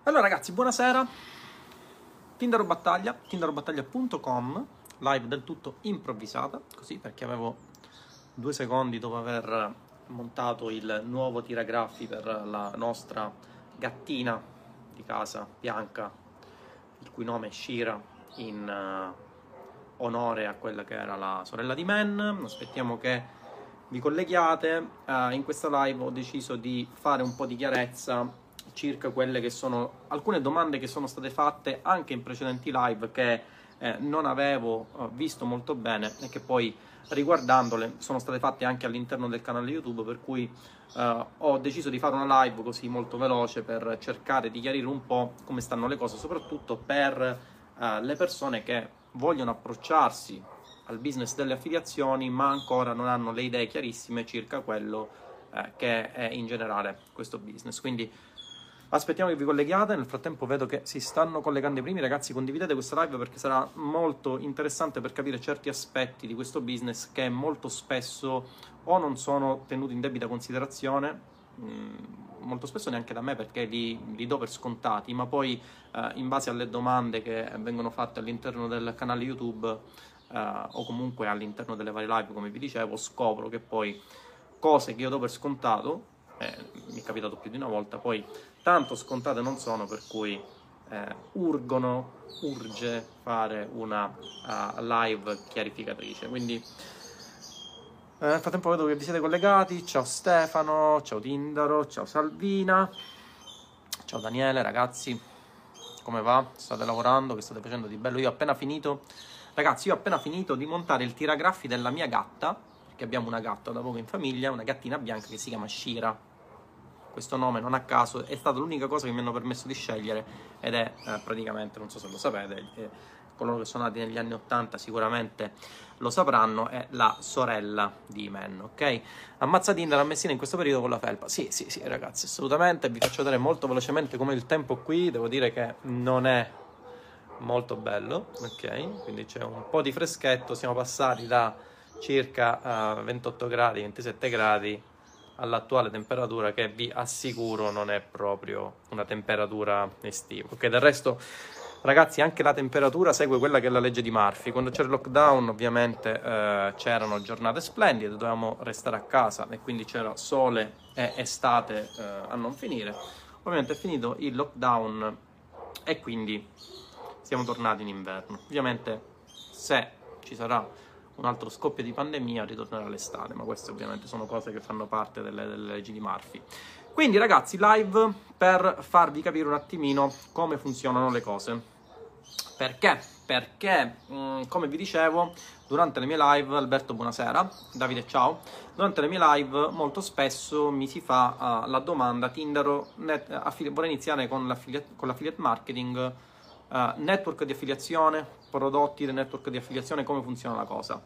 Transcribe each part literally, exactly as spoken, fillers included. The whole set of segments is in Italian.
Allora ragazzi, buonasera. Tindaro Battaglia, tindaro battaglia punto com, live del tutto improvvisata, così perché avevo due secondi dopo aver montato il nuovo tiragraffi per la nostra gattina di casa, Bianca, il cui nome è Shira, in uh, onore a quella che era la sorella di Men. Aspettiamo che vi colleghiate. Uh, in questa live ho deciso di fare un po' di chiarezza circa quelle che sono alcune domande che sono state fatte anche in precedenti live che eh, non avevo uh, visto molto bene e che poi riguardandole sono state fatte anche all'interno del canale YouTube, per cui uh, ho deciso di fare una live così molto veloce per cercare di chiarire un po' come stanno le cose, soprattutto per uh, le persone che vogliono approcciarsi al business delle affiliazioni ma ancora non hanno le idee chiarissime circa quello eh, che è in generale questo business. Quindi aspettiamo che vi colleghiate. Nel frattempo vedo che si stanno collegando i primi. Ragazzi, condividete questa live perché sarà molto interessante per capire certi aspetti di questo business che molto spesso o non sono tenuti in debita considerazione, mh, molto spesso neanche da me perché li, li do per scontati, ma poi eh, in base alle domande che vengono fatte all'interno del canale YouTube eh, o comunque all'interno delle varie live, come vi dicevo, scopro che poi cose che io do per scontato, eh, mi è capitato più di una volta, poi tanto scontate non sono, per cui eh, urgono, urge fare una uh, live chiarificatrice. Quindi eh, nel frattempo vedo che vi siete collegati. Ciao Stefano, ciao Tindaro, ciao Salvina, ciao Daniele. Ragazzi, come va? State lavorando? Che state facendo di bello? Io ho appena finito, ragazzi, io ho appena finito di montare il tiragraffi della mia gatta, perché abbiamo una gatta da poco in famiglia, una gattina bianca che si chiama Shira. Questo nome non a caso è stata l'unica cosa che mi hanno permesso di scegliere ed è eh, praticamente, non so se lo sapete, eh, coloro che sono nati negli anni ottanta sicuramente lo sapranno, è la sorella di Men, ok? Ammazza Tinder a Messina in questo periodo con la felpa. Sì, sì, sì, ragazzi, assolutamente. Vi faccio vedere molto velocemente come il tempo qui, devo dire che non è molto bello, ok? Quindi c'è un po' di freschetto, siamo passati da circa uh, ventotto gradi, ventisette gradi, all'attuale temperatura che vi assicuro non è proprio una temperatura estiva. Ok, del resto ragazzi anche la temperatura segue quella che è la legge di Murphy. Quando c'era il lockdown ovviamente eh, c'erano giornate splendide, dovevamo restare a casa e quindi c'era sole e estate eh, a non finire. Ovviamente è finito il lockdown e quindi siamo tornati in inverno. Ovviamente se ci sarà un altro scoppio di pandemia ritornerà l'estate, ma queste ovviamente sono cose che fanno parte delle, delle leggi di Murphy. Quindi ragazzi, live per farvi capire un attimino come funzionano le cose. Perché? Perché, mh, come vi dicevo, durante le mie live, Alberto buonasera, Davide ciao, durante le mie live molto spesso mi si fa uh, la domanda: Tindaro, net, affili- vorrei iniziare con l'affiliate, con l'affiliate marketing, Uh, network di affiliazione, prodotti del network di affiliazione, come funziona la cosa?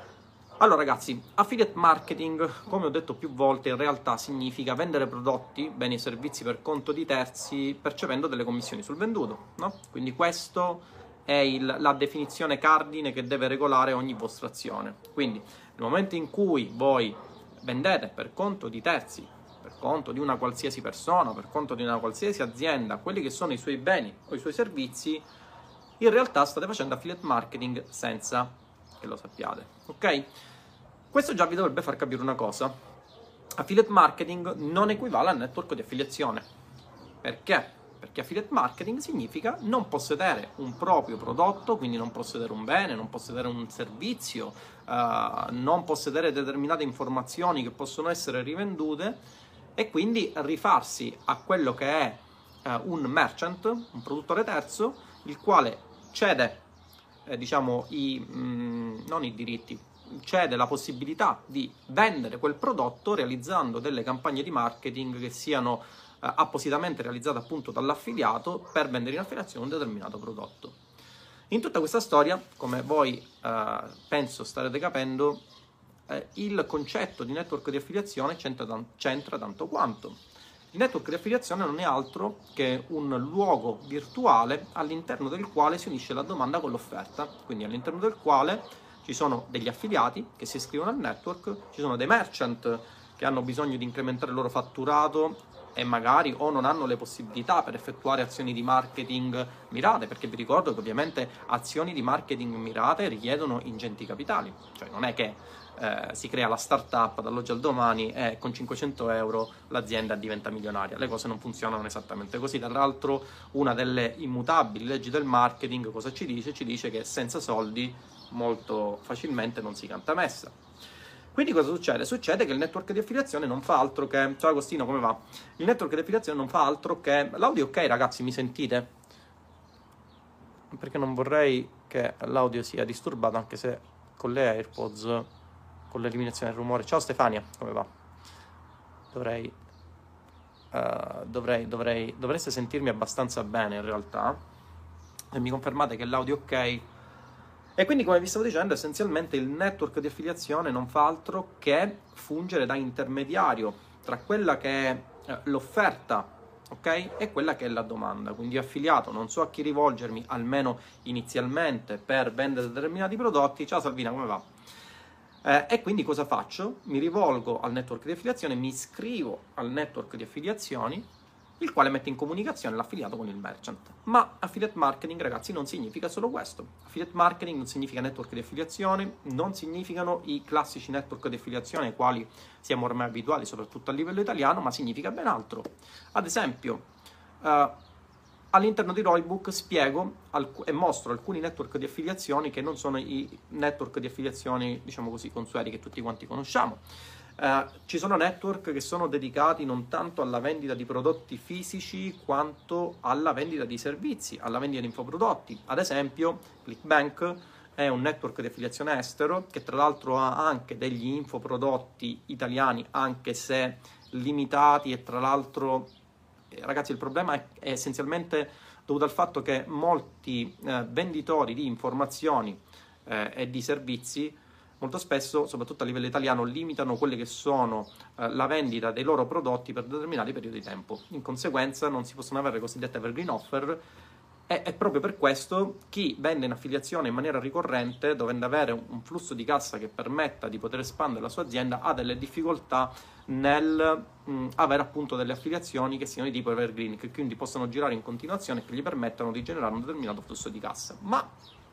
Allora ragazzi, affiliate marketing, come ho detto più volte, in realtà significa vendere prodotti, beni e servizi per conto di terzi, percependo delle commissioni sul venduto, no? Quindi questo è il, la definizione cardine che deve regolare ogni vostra azione. Quindi nel momento in cui voi vendete per conto di terzi, per conto di una qualsiasi persona, per conto di una qualsiasi azienda, quelli che sono i suoi beni o i suoi servizi, in realtà state facendo affiliate marketing senza che lo sappiate, ok? Questo già vi dovrebbe far capire una cosa: affiliate marketing non equivale a network di affiliazione. Perché? Perché affiliate marketing significa non possedere un proprio prodotto, quindi non possedere un bene, non possedere un servizio, uh, non possedere determinate informazioni che possono essere rivendute, e quindi rifarsi a quello che è uh, un merchant, un produttore terzo, il quale cede, eh, diciamo, i, mh, non i diritti, cede la possibilità di vendere quel prodotto realizzando delle campagne di marketing che siano uh, appositamente realizzate appunto dall'affiliato per vendere in affiliazione un determinato prodotto. In tutta questa storia, come voi uh, penso starete capendo, il concetto di network di affiliazione c'entra, c'entra tanto quanto. Il network di affiliazione non è altro che un luogo virtuale all'interno del quale si unisce la domanda con l'offerta, quindi all'interno del quale ci sono degli affiliati che si iscrivono al network, ci sono dei merchant che hanno bisogno di incrementare il loro fatturato e magari o non hanno le possibilità per effettuare azioni di marketing mirate, perché vi ricordo che ovviamente azioni di marketing mirate richiedono ingenti capitali, cioè non è che eh, si crea la startup dall'oggi al domani e con cinquecento euro l'azienda diventa milionaria. Le cose non funzionano esattamente così. Dall'altro, una delle immutabili leggi del marketing cosa ci dice? Ci dice che senza soldi molto facilmente non si canta messa. Quindi cosa succede? Succede che il network di affiliazione non fa altro che... Ciao Agostino, come va? Il network di affiliazione non fa altro che... L'audio ok, ragazzi, mi sentite? Perché non vorrei che l'audio sia disturbato, anche se con le AirPods, con l'eliminazione del rumore... Ciao Stefania, come va? Dovrei... Uh, dovrei, dovrei... Dovreste sentirmi abbastanza bene, in realtà. E mi confermate che l'audio è ok... E quindi, come vi stavo dicendo, essenzialmente il network di affiliazione non fa altro che fungere da intermediario tra quella che è eh, l'offerta, ok? E quella che è la domanda. Quindi affiliato, non so a chi rivolgermi, almeno inizialmente, per vendere determinati prodotti. Ciao Salvina, come va? Eh, e quindi cosa faccio? Mi rivolgo al network di affiliazione, mi iscrivo al network di affiliazioni, il quale mette in comunicazione l'affiliato con il merchant. Ma affiliate marketing, ragazzi, non significa solo questo. Affiliate marketing non significa network di affiliazione, non significano i classici network di affiliazione ai quali siamo ormai abituati, soprattutto a livello italiano, ma significa ben altro. Ad esempio, uh, all'interno di Roybook spiego e mostro alcuni network di affiliazioni che non sono i network di affiliazioni, diciamo così, consueti che tutti quanti conosciamo. Uh, ci sono network che sono dedicati non tanto alla vendita di prodotti fisici quanto alla vendita di servizi, alla vendita di infoprodotti. Ad esempio, ClickBank è un network di affiliazione estero che tra l'altro ha anche degli infoprodotti italiani, anche se limitati, e tra l'altro, eh, ragazzi, il problema è, è essenzialmente dovuto al fatto che molti eh, venditori di informazioni eh, e di servizi molto spesso, soprattutto a livello italiano, limitano quelle che sono eh, la vendita dei loro prodotti per determinati periodi di tempo. In conseguenza non si possono avere cosiddette evergreen offer e, e proprio per questo chi vende in affiliazione in maniera ricorrente, dovendo avere un flusso di cassa che permetta di poter espandere la sua azienda, ha delle difficoltà nel mh, avere appunto delle affiliazioni che siano di tipo evergreen, che quindi possano girare in continuazione e che gli permettano di generare un determinato flusso di cassa. Ma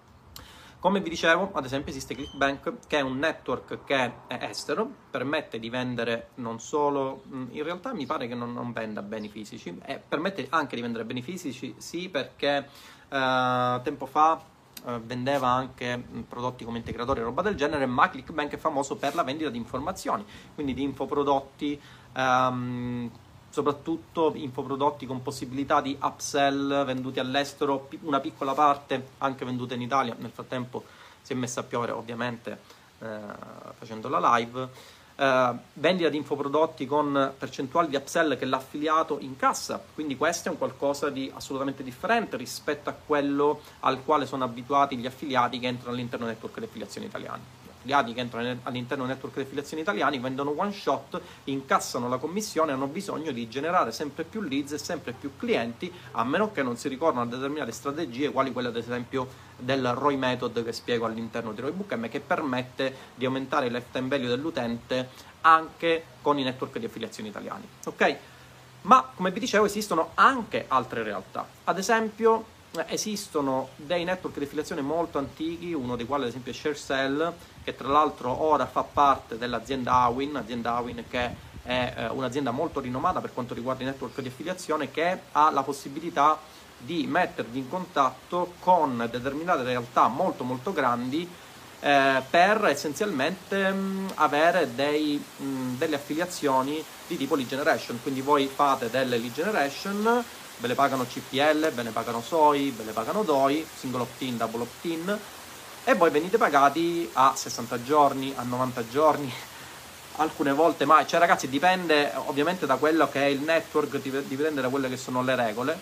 come vi dicevo, ad esempio esiste ClickBank, che è un network che è estero, permette di vendere non solo, in realtà mi pare che non, non venda beni fisici, e permette anche di vendere beni fisici, sì, perché eh, tempo fa eh, vendeva anche prodotti come integratori e roba del genere, ma ClickBank è famoso per la vendita di informazioni, quindi di infoprodotti, ehm, soprattutto infoprodotti con possibilità di upsell venduti all'estero, una piccola parte anche venduta in Italia. Nel frattempo si è messa a piovere, ovviamente, eh, facendo la live. Eh, vendita di infoprodotti con percentuali di upsell che l'affiliato incassa, quindi questo è un qualcosa di assolutamente differente rispetto a quello al quale sono abituati gli affiliati che entrano all'interno del network di affiliazioni italiani. Gli affiliati che entrano all'interno del network di affiliazioni italiani vendono one shot, incassano la commissione, hanno bisogno di generare sempre più leads e sempre più clienti, a meno che non si ricorrano a determinate strategie, quali quelle ad esempio del R O I method che spiego all'interno di Roybook M, che permette di aumentare il lifetime value dell'utente anche con i network di affiliazioni italiani. Ok? Ma come vi dicevo esistono anche altre realtà. Ad esempio esistono dei network di affiliazione molto antichi, uno dei quali ad esempio è ShareSell, che tra l'altro ora fa parte dell'azienda Awin, azienda Awin che è eh, un'azienda molto rinomata per quanto riguarda i network di affiliazione, che ha la possibilità di mettervi in contatto con determinate realtà molto molto grandi eh, per essenzialmente mh, avere dei, mh, delle affiliazioni di tipo lead generation. Quindi voi fate delle lead generation, ve le pagano C P L, ve ne pagano S O I, ve le pagano D O I, single opt-in, double opt-in, e voi venite pagati a sessanta giorni, a novanta giorni, alcune volte mai. Cioè ragazzi, dipende ovviamente da quello che è il network, dipende da quelle che sono le regole,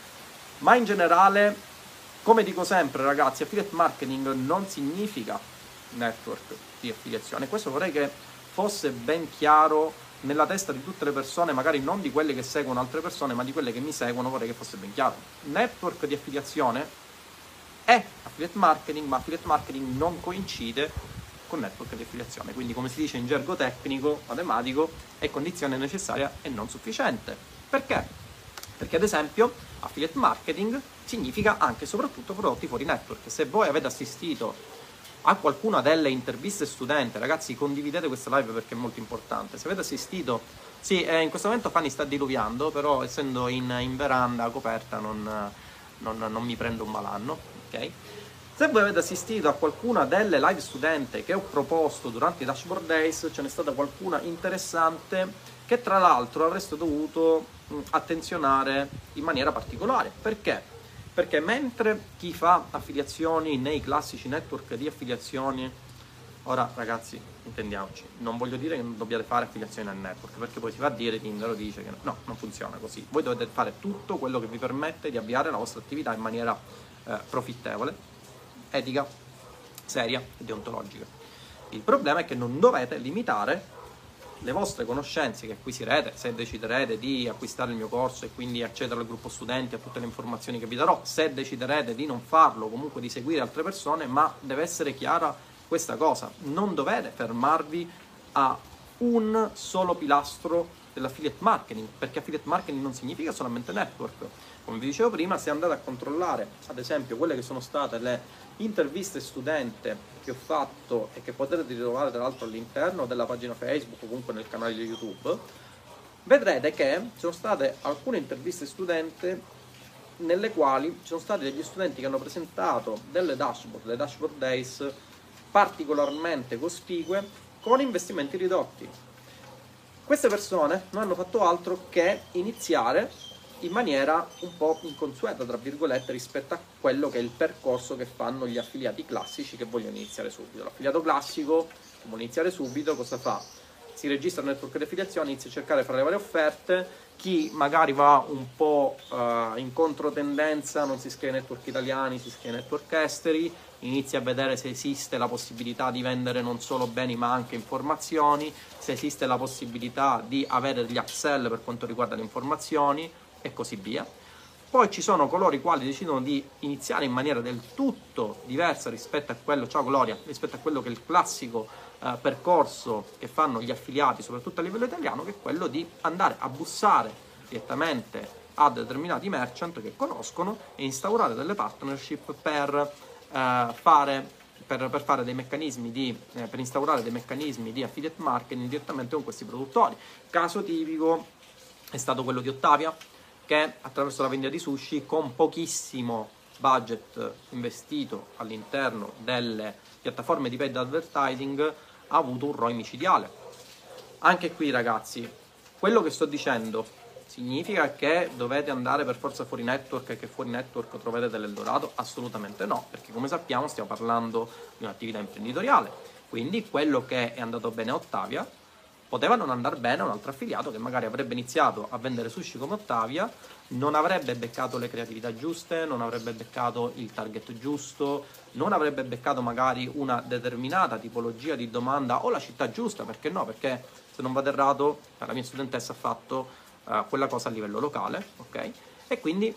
ma in generale, come dico sempre ragazzi, affiliate marketing non significa network di affiliazione. Questo vorrei che fosse ben chiaro nella testa di tutte le persone, magari non di quelle che seguono altre persone, ma di quelle che mi seguono. Vorrei che fosse ben chiaro: network di affiliazione è affiliate marketing, ma affiliate marketing non coincide con network di affiliazione. Quindi, come si dice in gergo tecnico, matematico, è condizione necessaria e non sufficiente. Perché? Perché ad esempio affiliate marketing significa anche e soprattutto prodotti fuori network. Se voi avete assistito a qualcuna delle interviste studente, ragazzi, condividete questa live perché è molto importante. Se avete assistito, sì, eh, in questo momento Fanny sta diluviando, però essendo in, in veranda coperta non, non, non mi prendo un malanno, ok? Se voi avete assistito a qualcuna delle live studente che ho proposto durante i Dashboard Days, ce n'è stata qualcuna interessante che tra l'altro avreste dovuto mh, attenzionare in maniera particolare. Perché? Perché mentre chi fa affiliazioni nei classici network di affiliazioni, ora ragazzi, intendiamoci, non voglio dire che non dobbiate fare affiliazioni al network, perché poi si va a dire, Tinder lo dice, che no, non funziona così. Voi dovete fare tutto quello che vi permette di avviare la vostra attività in maniera eh, profittevole, etica, seria e deontologica. Il problema è che non dovete limitare le vostre conoscenze che acquisirete, se deciderete di acquistare il mio corso e quindi accedere al gruppo studenti, a tutte le informazioni che vi darò, se deciderete di non farlo, comunque di seguire altre persone, ma deve essere chiara questa cosa: non dovete fermarvi a un solo pilastro dell'affiliate marketing, perché affiliate marketing non significa solamente network. Come vi dicevo prima, se andate a controllare ad esempio quelle che sono state le interviste studente che ho fatto e che potete ritrovare tra l'altro all'interno della pagina Facebook o comunque nel canale di YouTube, vedrete che ci sono state alcune interviste studente nelle quali ci sono stati degli studenti che hanno presentato delle dashboard, delle dashboard days particolarmente cospicue con investimenti ridotti. Queste persone non hanno fatto altro che iniziare in maniera un po' inconsueta, tra virgolette, rispetto a quello che è il percorso che fanno gli affiliati classici che vogliono iniziare subito. L'affiliato classico che vuole iniziare subito cosa fa? Si registra nel network di affiliazione, inizia a cercare fra le varie offerte. Chi magari va un po' uh, in controtendenza, non si iscrive ai network italiani, si iscrive ai network esteri, inizia a vedere se esiste la possibilità di vendere non solo beni ma anche informazioni, se esiste la possibilità di avere degli upsell per quanto riguarda le informazioni e così via. Poi ci sono coloro i quali decidono di iniziare in maniera del tutto diversa rispetto a quello, ciao Gloria, rispetto a quello che è il classico eh, percorso che fanno gli affiliati, soprattutto a livello italiano, che è quello di andare a bussare direttamente a determinati merchant che conoscono e instaurare delle partnership per eh, fare per, per fare dei meccanismi di eh, per instaurare dei meccanismi di affiliate marketing direttamente con questi produttori. Caso tipico è stato quello di Ottavia, che attraverso la vendita di sushi, con pochissimo budget investito all'interno delle piattaforme di paid advertising, ha avuto un R O I micidiale. Anche qui ragazzi, quello che sto dicendo significa che dovete andare per forza fuori network e che fuori network trovate dell'Eldorado? Assolutamente no, perché come sappiamo stiamo parlando di un'attività imprenditoriale, quindi quello che è andato bene a Ottavia poteva non andare bene a un altro affiliato che magari avrebbe iniziato a vendere sushi come Ottavia, non avrebbe beccato le creatività giuste, non avrebbe beccato il target giusto, non avrebbe beccato magari una determinata tipologia di domanda o la città giusta, perché no? Perché se non vado errato la mia studentessa ha fatto uh, quella cosa a livello locale, ok? E quindi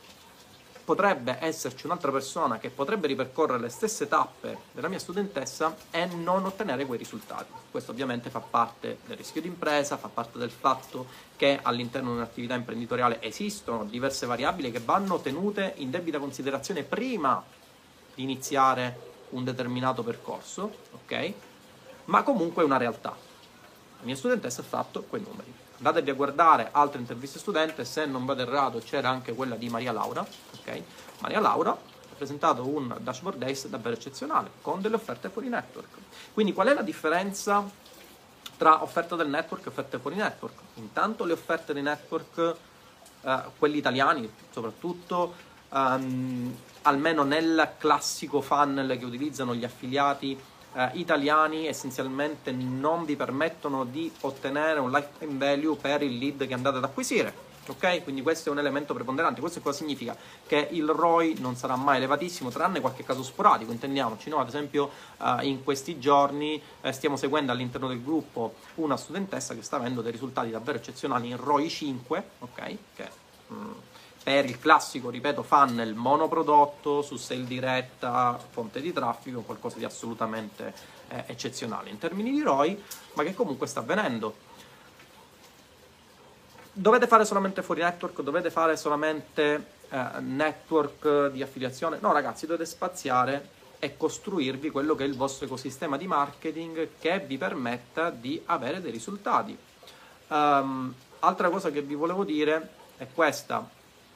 potrebbe esserci un'altra persona che potrebbe ripercorrere le stesse tappe della mia studentessa e non ottenere quei risultati. Questo ovviamente fa parte del rischio d'impresa, fa parte del fatto che all'interno di un'attività imprenditoriale esistono diverse variabili che vanno tenute in debita considerazione prima di iniziare un determinato percorso, ok? Ma comunque è una realtà. La mia studentessa ha fatto quei numeri. Andatevi a guardare altre interviste studente, se non vado errato c'era anche quella di Maria Laura, ok? Maria Laura ha presentato un Dashboard Days davvero eccezionale, con delle offerte fuori network. Quindi qual è la differenza tra offerta del network e offerte fuori network? Intanto le offerte dei network, eh, quelli italiani soprattutto, ehm, almeno nel classico funnel che utilizzano gli affiliati Uh, italiani, essenzialmente non vi permettono di ottenere un lifetime value per il lead che andate ad acquisire, ok? Quindi questo è un elemento preponderante. Questo cosa significa? Che il R O I non sarà mai elevatissimo, tranne qualche caso sporadico, intendiamoci, no? Ad esempio uh, in questi giorni eh, stiamo seguendo all'interno del gruppo una studentessa che sta avendo dei risultati davvero eccezionali in R O I cinque, ok? Che mm, per il classico, ripeto, funnel monoprodotto su sale diretta, fonte di traffico, qualcosa di assolutamente eh, eccezionale in termini di R O I, ma che comunque sta avvenendo. Dovete fare solamente fuori network? Dovete fare solamente eh, network di affiliazione? No ragazzi, dovete spaziare e costruirvi quello che è il vostro ecosistema di marketing che vi permetta di avere dei risultati. Um, altra cosa che vi volevo dire è questa: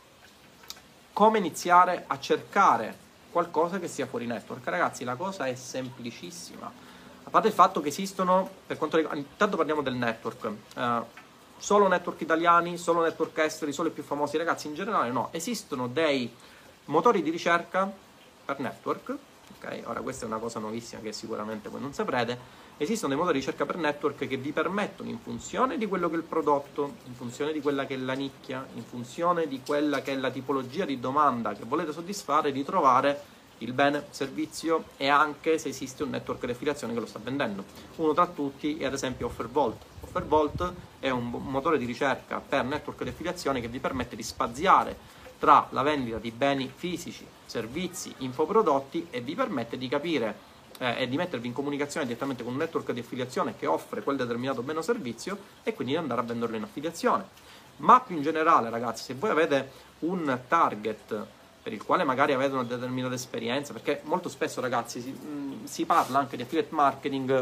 come iniziare a cercare qualcosa che sia fuori network. Ragazzi, la cosa è semplicissima, a parte il fatto che esistono, per quanto riguarda, intanto parliamo del network, uh, solo network italiani, solo network esteri, solo i più famosi. Ragazzi, in generale no, esistono dei motori di ricerca per network. Okay, ora questa è una cosa nuovissima che sicuramente voi non saprete. Esistono dei motori di ricerca per network che vi permettono, in funzione di quello che è il prodotto, in funzione di quella che è la nicchia, in funzione di quella che è la tipologia di domanda che volete soddisfare, di trovare il bene, servizio, e anche se esiste un network di affiliazione che lo sta vendendo. Uno tra tutti è ad esempio OfferVault. OfferVault è un motore di ricerca per network di affiliazione che vi permette di spaziare tra la vendita di beni fisici, servizi, infoprodotti, e vi permette di capire eh, e di mettervi in comunicazione direttamente con un network di affiliazione che offre quel determinato bene o servizio, e quindi di andare a venderlo in affiliazione. Ma più in generale, ragazzi, se voi avete un target per il quale magari avete una determinata esperienza, perché molto spesso, ragazzi, si, mh, si parla anche di affiliate marketing,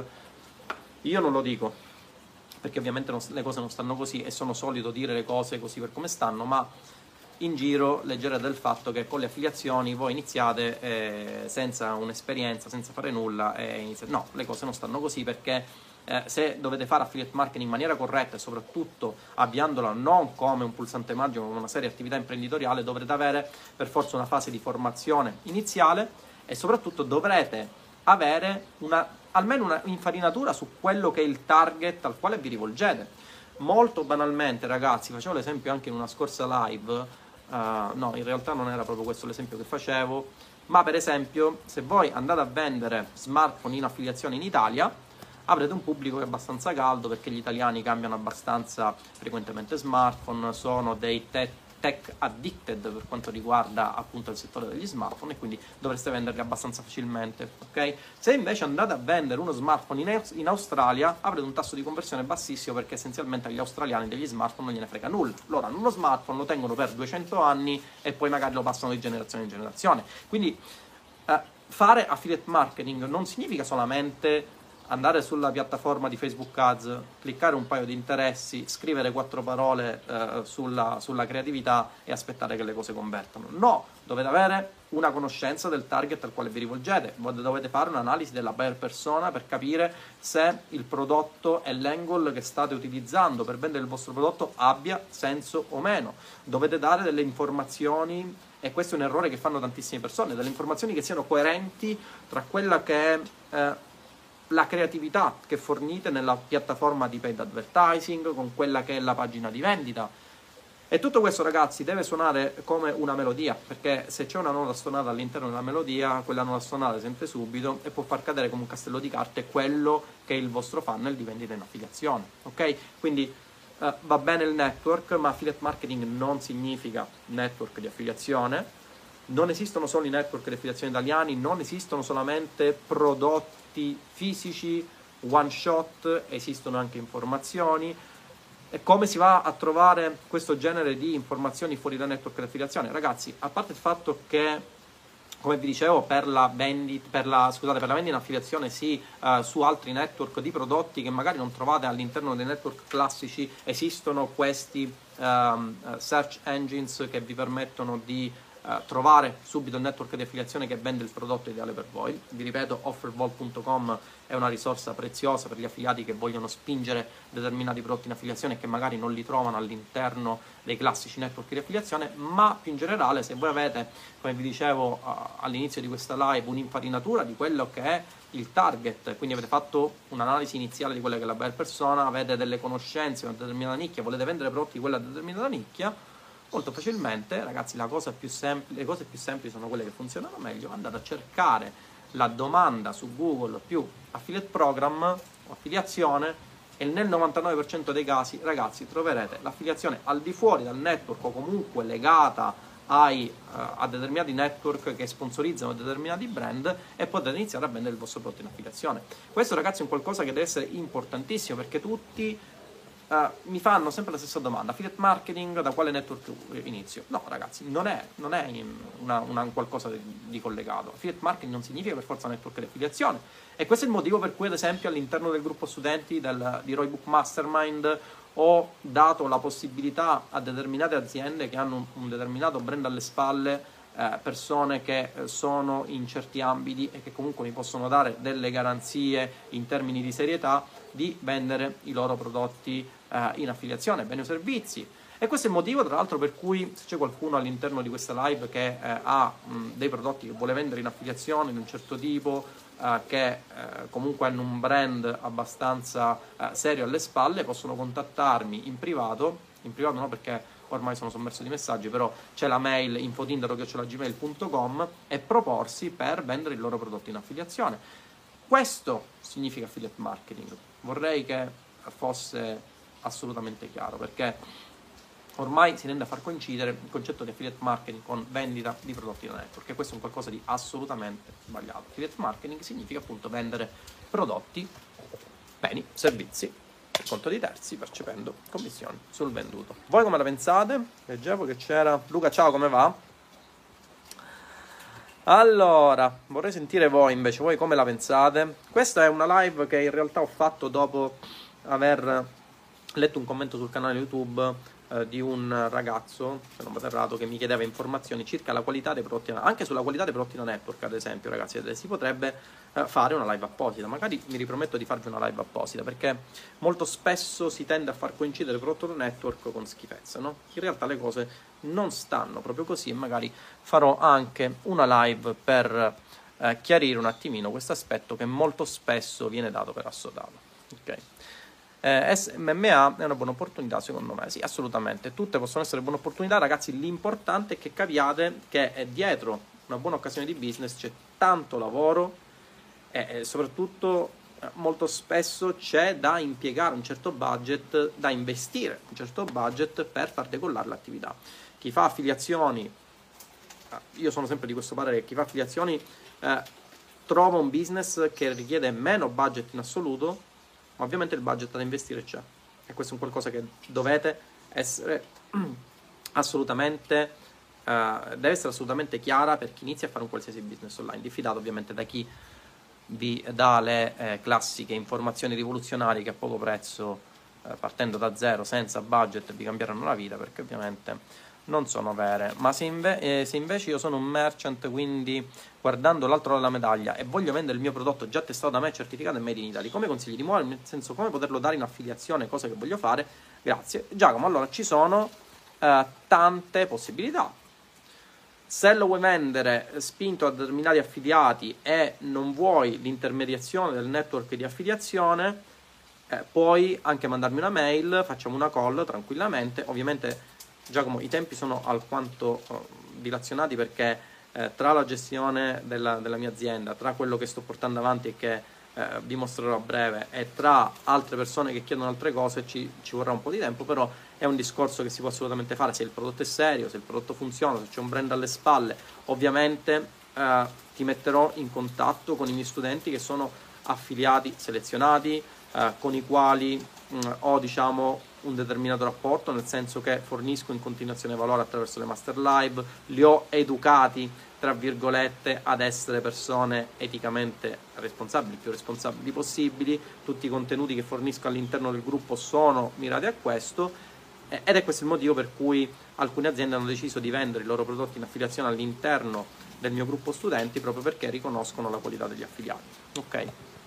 io non lo dico, perché ovviamente non, le cose non stanno così, e sono solito dire le cose così per come stanno, ma in giro leggere del fatto che con le affiliazioni voi iniziate eh, senza un'esperienza, senza fare nulla, e iniziate. No, le cose non stanno così, perché eh, se dovete fare affiliate marketing in maniera corretta, e soprattutto avviandola non come un pulsante magico, ma come una seria attività imprenditoriale, dovrete avere per forza una fase di formazione iniziale, e soprattutto dovrete avere una, almeno una infarinatura su quello che è il target al quale vi rivolgete. Molto banalmente, ragazzi, facevo l'esempio anche in una scorsa live. Uh, no, in realtà non era proprio questo l'esempio che facevo, ma per esempio se voi andate a vendere smartphone in affiliazione in Italia, avrete un pubblico che è abbastanza caldo, perché gli italiani cambiano abbastanza frequentemente smartphone, sono dei tech, tech addicted per quanto riguarda appunto il settore degli smartphone, e quindi dovreste venderli abbastanza facilmente, ok? Se invece andate a vendere uno smartphone in, in Australia, avrete un tasso di conversione bassissimo, perché essenzialmente agli australiani degli smartphone non gliene frega nulla. Loro hanno uno smartphone, lo tengono per duecento anni e poi magari lo passano di generazione in generazione. Quindi eh, fare affiliate marketing non significa solamente andare sulla piattaforma di Facebook Ads, cliccare un paio di interessi, scrivere quattro parole eh, sulla, sulla creatività e aspettare che le cose convertano. No, dovete avere una conoscenza del target al quale vi rivolgete, dovete fare un'analisi della buyer persona per capire se il prodotto e l'angle che state utilizzando per vendere il vostro prodotto abbia senso o meno. Dovete dare delle informazioni, e questo è un errore che fanno tantissime persone, delle informazioni che siano coerenti tra quella che è eh, la creatività che fornite nella piattaforma di paid advertising con quella che è la pagina di vendita. E tutto questo, ragazzi, deve suonare come una melodia, perché se c'è una nota suonata all'interno della melodia, quella nota suonata sente subito e può far cadere come un castello di carte quello che è il vostro funnel di vendita in affiliazione, ok? Quindi eh, va bene il network, ma affiliate marketing non significa network di affiliazione. Non esistono solo i network di affiliazione italiani, non esistono solamente prodotti fisici, one shot, esistono anche informazioni. E come si va a trovare questo genere di informazioni fuori dal network di affiliazione? Ragazzi, a parte il fatto che, come vi dicevo, per la vendita, per la, scusate, per la vendita in affiliazione sì, uh, su altri network di prodotti che magari non trovate all'interno dei network classici, esistono questi um, search engines che vi permettono di Uh, trovare subito il network di affiliazione che vende il prodotto ideale per voi. Vi ripeto, offervault punto com è una risorsa preziosa per gli affiliati che vogliono spingere determinati prodotti in affiliazione e che magari non li trovano all'interno dei classici network di affiliazione. Ma più in generale, se voi avete, come vi dicevo uh, all'inizio di questa live, un'infarinatura di quello che è il target, quindi avete fatto un'analisi iniziale di quella che è la buyer persona, avete delle conoscenze di una determinata nicchia, volete vendere prodotti di quella determinata nicchia, molto facilmente, ragazzi, la cosa più semplice, le cose più semplici sono quelle che funzionano meglio. Andate a cercare la domanda su Google più affiliate program o affiliazione e nel novantanove per cento dei casi, ragazzi, troverete l'affiliazione al di fuori dal network o comunque legata ai, uh, a determinati network che sponsorizzano determinati brand, e potete iniziare a vendere il vostro prodotto in affiliazione. Questo, ragazzi, è un qualcosa che deve essere importantissimo, perché tutti uh, mi fanno sempre la stessa domanda: affiliate marketing, da quale network inizio? No, ragazzi, non è, non è una, una, qualcosa di, di collegato. Affiliate marketing non significa per forza network di affiliazione, e questo è il motivo per cui, ad esempio, all'interno del gruppo studenti del, di Roybook Mastermind ho dato la possibilità a determinate aziende che hanno un, un determinato brand alle spalle, eh, persone che sono in certi ambiti e che comunque mi possono dare delle garanzie in termini di serietà, di vendere i loro prodotti eh, in affiliazione, beni o servizi. E questo è il motivo, tra l'altro, per cui, se c'è qualcuno all'interno di questa live che eh, ha mh, dei prodotti che vuole vendere in affiliazione di un certo tipo, Uh, che uh, comunque hanno un brand abbastanza uh, serio alle spalle, possono contattarmi in privato, in privato no, perché ormai sono sommerso di messaggi, però c'è la mail infotindaro chiocciola gmail punto com, e proporsi per vendere i loro prodotti in affiliazione. Questo significa affiliate marketing. Vorrei che fosse assolutamente chiaro, perché ormai si tende a far coincidere il concetto di affiliate marketing con vendita di prodotti da network, e questo è un qualcosa di assolutamente sbagliato. Affiliate marketing significa appunto vendere prodotti, beni, servizi per conto di terzi, percependo commissioni sul venduto. Voi come la pensate? Leggevo che c'era Luca, ciao, come va? Allora, vorrei sentire voi invece, voi come la pensate? Questa è una live che in realtà ho fatto dopo aver letto un commento sul canale YouTube eh, di un ragazzo, se non vado errato, che mi chiedeva informazioni circa la qualità dei prodotti, anche sulla qualità dei prodotti da network, ad esempio, ragazzi. Si potrebbe eh, fare una live apposita, magari mi riprometto di farvi una live apposita, perché molto spesso si tende a far coincidere il prodotto da network con schifezze, no? In realtà le cose non stanno proprio così, e magari farò anche una live per eh, chiarire un attimino questo aspetto che molto spesso viene dato per assodato. Ok? Eh, S M M A è una buona opportunità, secondo me. Sì, assolutamente, tutte possono essere buone opportunità, ragazzi. L'importante è che capiate che è dietro una buona occasione di business c'è tanto lavoro, e soprattutto molto spesso c'è da impiegare un certo budget, da investire un certo budget per far decollare l'attività. Chi fa affiliazioni, io sono sempre di questo parere, chi fa affiliazioni eh, trova un business che richiede meno budget in assoluto, ma ovviamente il budget da investire c'è, e questo è un qualcosa che dovete essere assolutamente eh, deve essere assolutamente chiara per chi inizia a fare un qualsiasi business online, diffidato ovviamente da chi vi dà le eh, classiche informazioni rivoluzionarie che a poco prezzo, eh, partendo da zero, senza budget, vi cambieranno la vita, perché ovviamente non sono vere. Ma se, inve eh, se invece io sono un merchant, quindi guardando l'altro lato della medaglia, e voglio vendere il mio prodotto già testato da me, certificato e made in Italy, come consigli di muovermi? Nel senso, come poterlo dare in affiliazione, cosa che voglio fare? Grazie Giacomo. Allora, ci sono eh, tante possibilità. Se lo vuoi vendere spinto a determinati affiliati e non vuoi l'intermediazione del network di affiliazione, eh, puoi anche mandarmi una mail, facciamo una call tranquillamente. Ovviamente, Giacomo, i tempi sono alquanto uh, dilazionati, perché eh, tra la gestione della, della mia azienda, tra quello che sto portando avanti e che eh, vi mostrerò a breve, e tra altre persone che chiedono altre cose, ci, ci vorrà un po' di tempo, però è un discorso che si può assolutamente fare se il prodotto è serio, se il prodotto funziona, se c'è un brand alle spalle. Ovviamente eh, ti metterò in contatto con i miei studenti che sono affiliati selezionati, eh, con i quali mh, ho, diciamo, un determinato rapporto, nel senso che fornisco in continuazione valore attraverso le master live, li ho educati, tra virgolette, ad essere persone eticamente responsabili, più responsabili possibili. Tutti i contenuti che fornisco all'interno del gruppo sono mirati a questo, ed è questo il motivo per cui alcune aziende hanno deciso di vendere i loro prodotti in affiliazione all'interno del mio gruppo studenti, proprio perché riconoscono la qualità degli affiliati. Ok?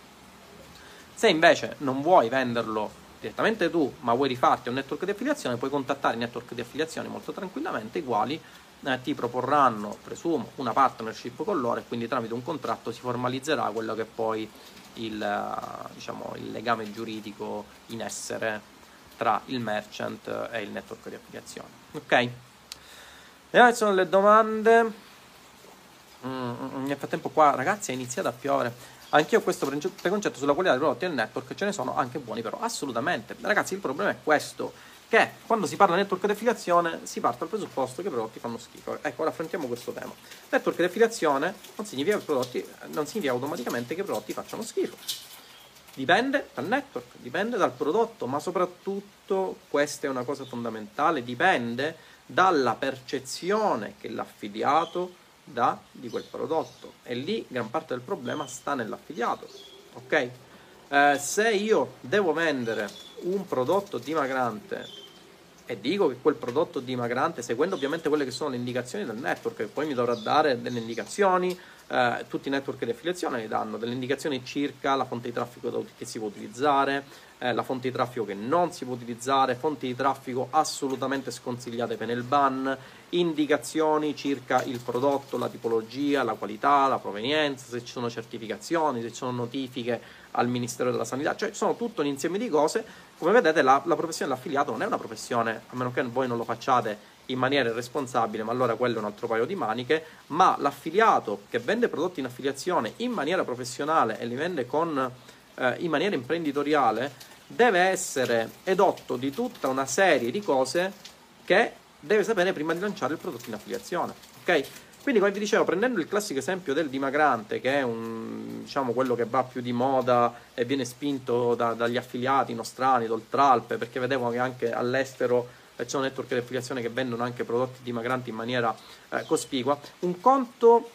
Se invece non vuoi venderlo direttamente tu, ma vuoi rifarti a un network di affiliazione, puoi contattare i network di affiliazione molto tranquillamente, i quali eh, ti proporranno, presumo, una partnership con loro, e quindi tramite un contratto si formalizzerà quello che è poi il, diciamo, il legame giuridico in essere tra il merchant e il network di affiliazione. Ok? E ora sono le domande. Mm, nel frattempo qua, ragazzi, è iniziato a piovere. Anch'io ho questo preconcetto sulla qualità dei prodotti del network, ce ne sono anche buoni però, assolutamente. Ragazzi, il problema è questo, che quando si parla di network di affiliazione si parte dal presupposto che i prodotti fanno schifo. Ecco, ora affrontiamo questo tema. Network di affiliazione non significa, che i prodotti, non significa automaticamente che i prodotti facciano schifo. Dipende dal network, dipende dal prodotto, ma soprattutto, questa è una cosa fondamentale, dipende dalla percezione che l'affiliato dà di quel prodotto. E lì gran parte del problema sta nell'affiliato, ok? Eh, se io devo vendere un prodotto dimagrante e dico che quel prodotto dimagrante, seguendo ovviamente quelle che sono le indicazioni del network, che poi mi dovrà dare delle indicazioni, eh, tutti i network di affiliazione mi danno delle indicazioni circa la fonte di traffico che si può utilizzare, eh, la fonte di traffico che non si può utilizzare, fonti di traffico assolutamente sconsigliate per il ban, indicazioni circa il prodotto, la tipologia, la qualità, la provenienza, se ci sono certificazioni, se ci sono notifiche al Ministero della Sanità, cioè sono tutto un insieme di cose. Come vedete la, la professione dell'affiliato non è una professione, a meno che voi non lo facciate in maniera irresponsabile, ma allora quello è un altro paio di maniche, ma l'affiliato che vende prodotti in affiliazione in maniera professionale e li vende con, eh, in maniera imprenditoriale deve essere edotto di tutta una serie di cose che deve sapere prima di lanciare il prodotto in affiliazione, ok? Quindi, come vi dicevo, prendendo il classico esempio del dimagrante, che è un, diciamo, quello che va più di moda e viene spinto da, dagli affiliati nostrani, d'Oltralpe, perché vedevo che anche all'estero ci sono network di affiliazione che vendono anche prodotti dimagranti in maniera eh, cospicua. Un conto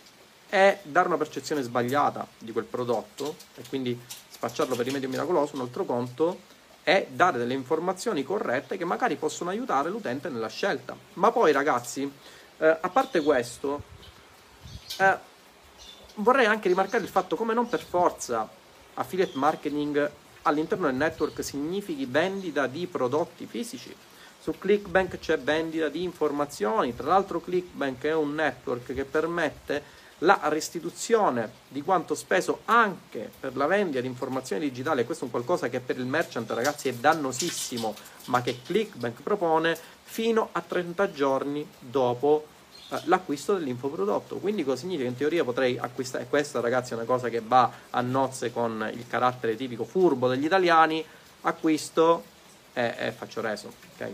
è dare una percezione sbagliata di quel prodotto e quindi spacciarlo per rimedio miracoloso, un altro conto è dare delle informazioni corrette che magari possono aiutare l'utente nella scelta. Ma poi, ragazzi, Eh, a parte questo, eh, vorrei anche rimarcare il fatto come non per forza affiliate marketing all'interno del network significhi vendita di prodotti fisici. Su ClickBank c'è vendita di informazioni, tra l'altro ClickBank è un network che permette la restituzione di quanto speso anche per la vendita di informazioni digitali. Questo è un qualcosa che per il merchant, ragazzi, è dannosissimo, ma che ClickBank propone fino a trenta giorni dopo eh, l'acquisto dell'infoprodotto. Quindi cosa significa? In teoria potrei acquistare, e questa, ragazzi, è una cosa che va a nozze con il carattere tipico furbo degli italiani: acquisto e, e faccio reso, ok?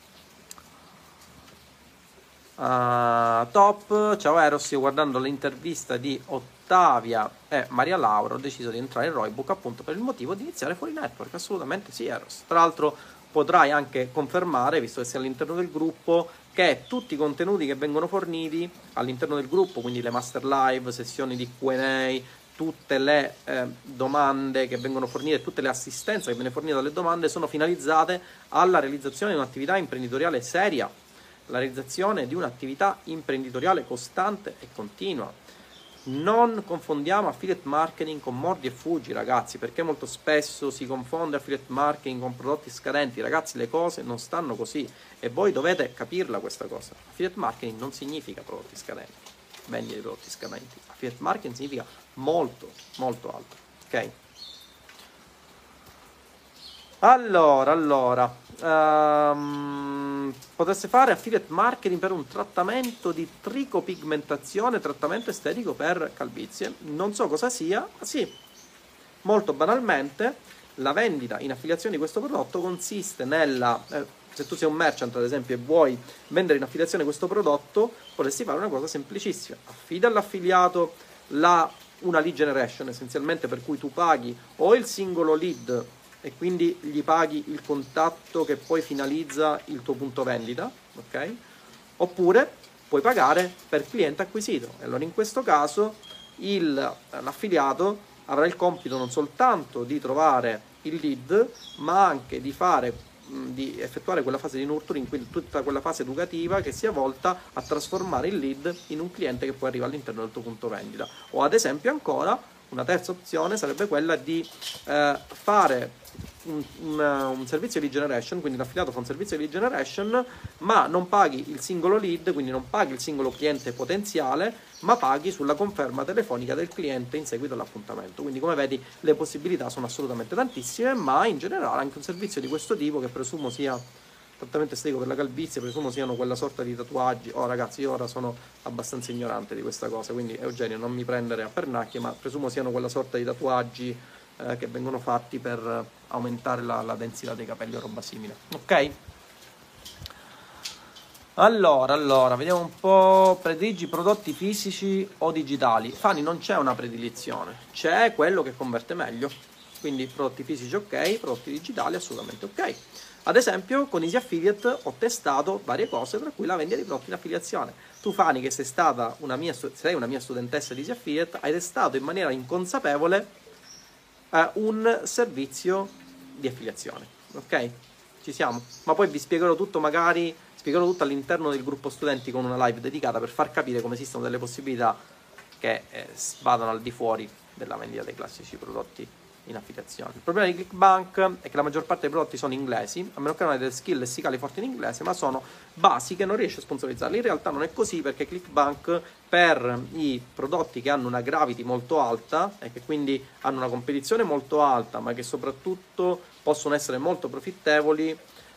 Uh, top, ciao Eros, io guardando l'intervista di Ottavia e Maria Laura ho deciso di entrare in Roybook appunto per il motivo di iniziare fuori network. Assolutamente sì, Eros. Tra l'altro potrai anche confermare, visto che sei all'interno del gruppo, che tutti i contenuti che vengono forniti all'interno del gruppo, quindi le master live, sessioni di Q and A, tutte le eh, domande che vengono fornite, tutte le assistenze che vengono fornite dalle domande sono finalizzate alla realizzazione di un'attività imprenditoriale seria, la realizzazione di un'attività imprenditoriale costante e continua. Non confondiamo affiliate marketing con mordi e fuggi, ragazzi, perché molto spesso si confonde affiliate marketing con prodotti scadenti. Ragazzi, le cose non stanno così e voi dovete capirla questa cosa. Affiliate marketing non significa prodotti scadenti, vendita di prodotti scadenti. Affiliate marketing significa molto, molto altro, ok? Allora, allora, um, potreste fare affiliate marketing per un trattamento di tricopigmentazione, trattamento estetico per calvizie. Non so cosa sia, ma sì, molto banalmente, la vendita in affiliazione di questo prodotto consiste nella, eh, se tu sei un merchant ad esempio e vuoi vendere in affiliazione questo prodotto, potresti fare una cosa semplicissima: affida all'affiliato la, una lead generation essenzialmente, per cui tu paghi o il singolo lead e quindi gli paghi il contatto che poi finalizza il tuo punto vendita, ok? Oppure puoi pagare per cliente acquisito. E allora in questo caso l'affiliato avrà il compito non soltanto di trovare il lead, ma anche di fare, di effettuare quella fase di nurturing, quindi tutta quella fase educativa che sia volta a trasformare il lead in un cliente che poi arriva all'interno del tuo punto vendita. O ad esempio ancora una terza opzione sarebbe quella di eh, fare un, un, un servizio di lead generation, quindi l'affiliato fa un servizio di lead generation, ma non paghi il singolo lead, quindi non paghi il singolo cliente potenziale, ma paghi sulla conferma telefonica del cliente in seguito all'appuntamento. Quindi, come vedi, le possibilità sono assolutamente tantissime, ma in generale anche un servizio di questo tipo, che presumo sia trattamento estetico per la calvizie, presumo siano quella sorta di tatuaggi. Oh ragazzi, io ora sono abbastanza ignorante di questa cosa, quindi Eugenio non mi prendere a pernacchie, ma presumo siano quella sorta di tatuaggi eh, che vengono fatti per aumentare la, la densità dei capelli o roba simile, ok? Allora, allora, vediamo un po'. Prediligi prodotti fisici o digitali? Fani, non c'è una predilizione, c'è quello che converte meglio. Quindi prodotti fisici ok, prodotti digitali assolutamente ok. Ad esempio con Easy Affiliate ho testato varie cose, tra cui la vendita di prodotti in affiliazione. Tu Fani, che sei stata una mia, sei una mia studentessa di Easy Affiliate, hai testato in maniera inconsapevole eh, un servizio di affiliazione, ok? Ci siamo? Ma poi vi spiegherò tutto, magari spiegherò tutto all'interno del gruppo studenti con una live dedicata per far capire come esistono delle possibilità che eh, vadano al di fuori della vendita dei classici prodotti in affiliazione. Il problema di ClickBank è che la maggior parte dei prodotti sono inglesi, a meno che non hai delle skill lessicali forti in inglese, ma sono basiche, non riesci a sponsorizzarli. In realtà non è così, perché ClickBank, per i prodotti che hanno una gravity molto alta e che quindi hanno una competizione molto alta, ma che soprattutto possono essere molto profittevoli,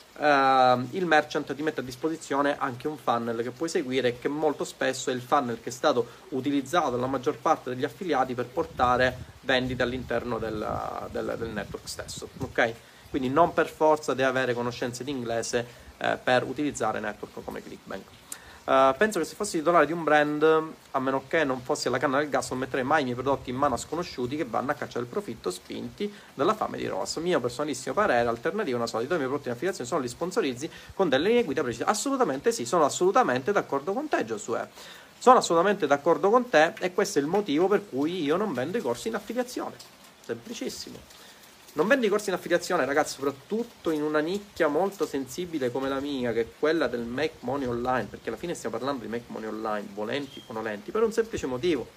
Uh, il merchant ti mette a disposizione anche un funnel che puoi seguire, che molto spesso è il funnel che è stato utilizzato dalla maggior parte degli affiliati per portare vendite all'interno del, del, del network stesso, ok? Quindi non per forza devi avere conoscenze di inglese eh, per utilizzare network come ClickBank. Uh, penso che se fossi titolare di un brand, a meno che non fossi alla canna del gas, non metterei mai i miei prodotti in mano a sconosciuti che vanno a caccia del profitto, spinti dalla fame di Ross. Mio personalissimo parere, alternativa una solita, i miei prodotti in affiliazione sono li sponsorizzi con delle linee guida precise. Assolutamente sì, sono assolutamente d'accordo con te, Giosuè. Sono assolutamente d'accordo con te, e questo è il motivo per cui io non vendo i corsi in affiliazione. Semplicissimo. Non vendo i corsi in affiliazione, ragazzi, soprattutto in una nicchia molto sensibile come la mia, che è quella del make money online, perché alla fine stiamo parlando di make money online, volenti o nolenti, per un semplice motivo.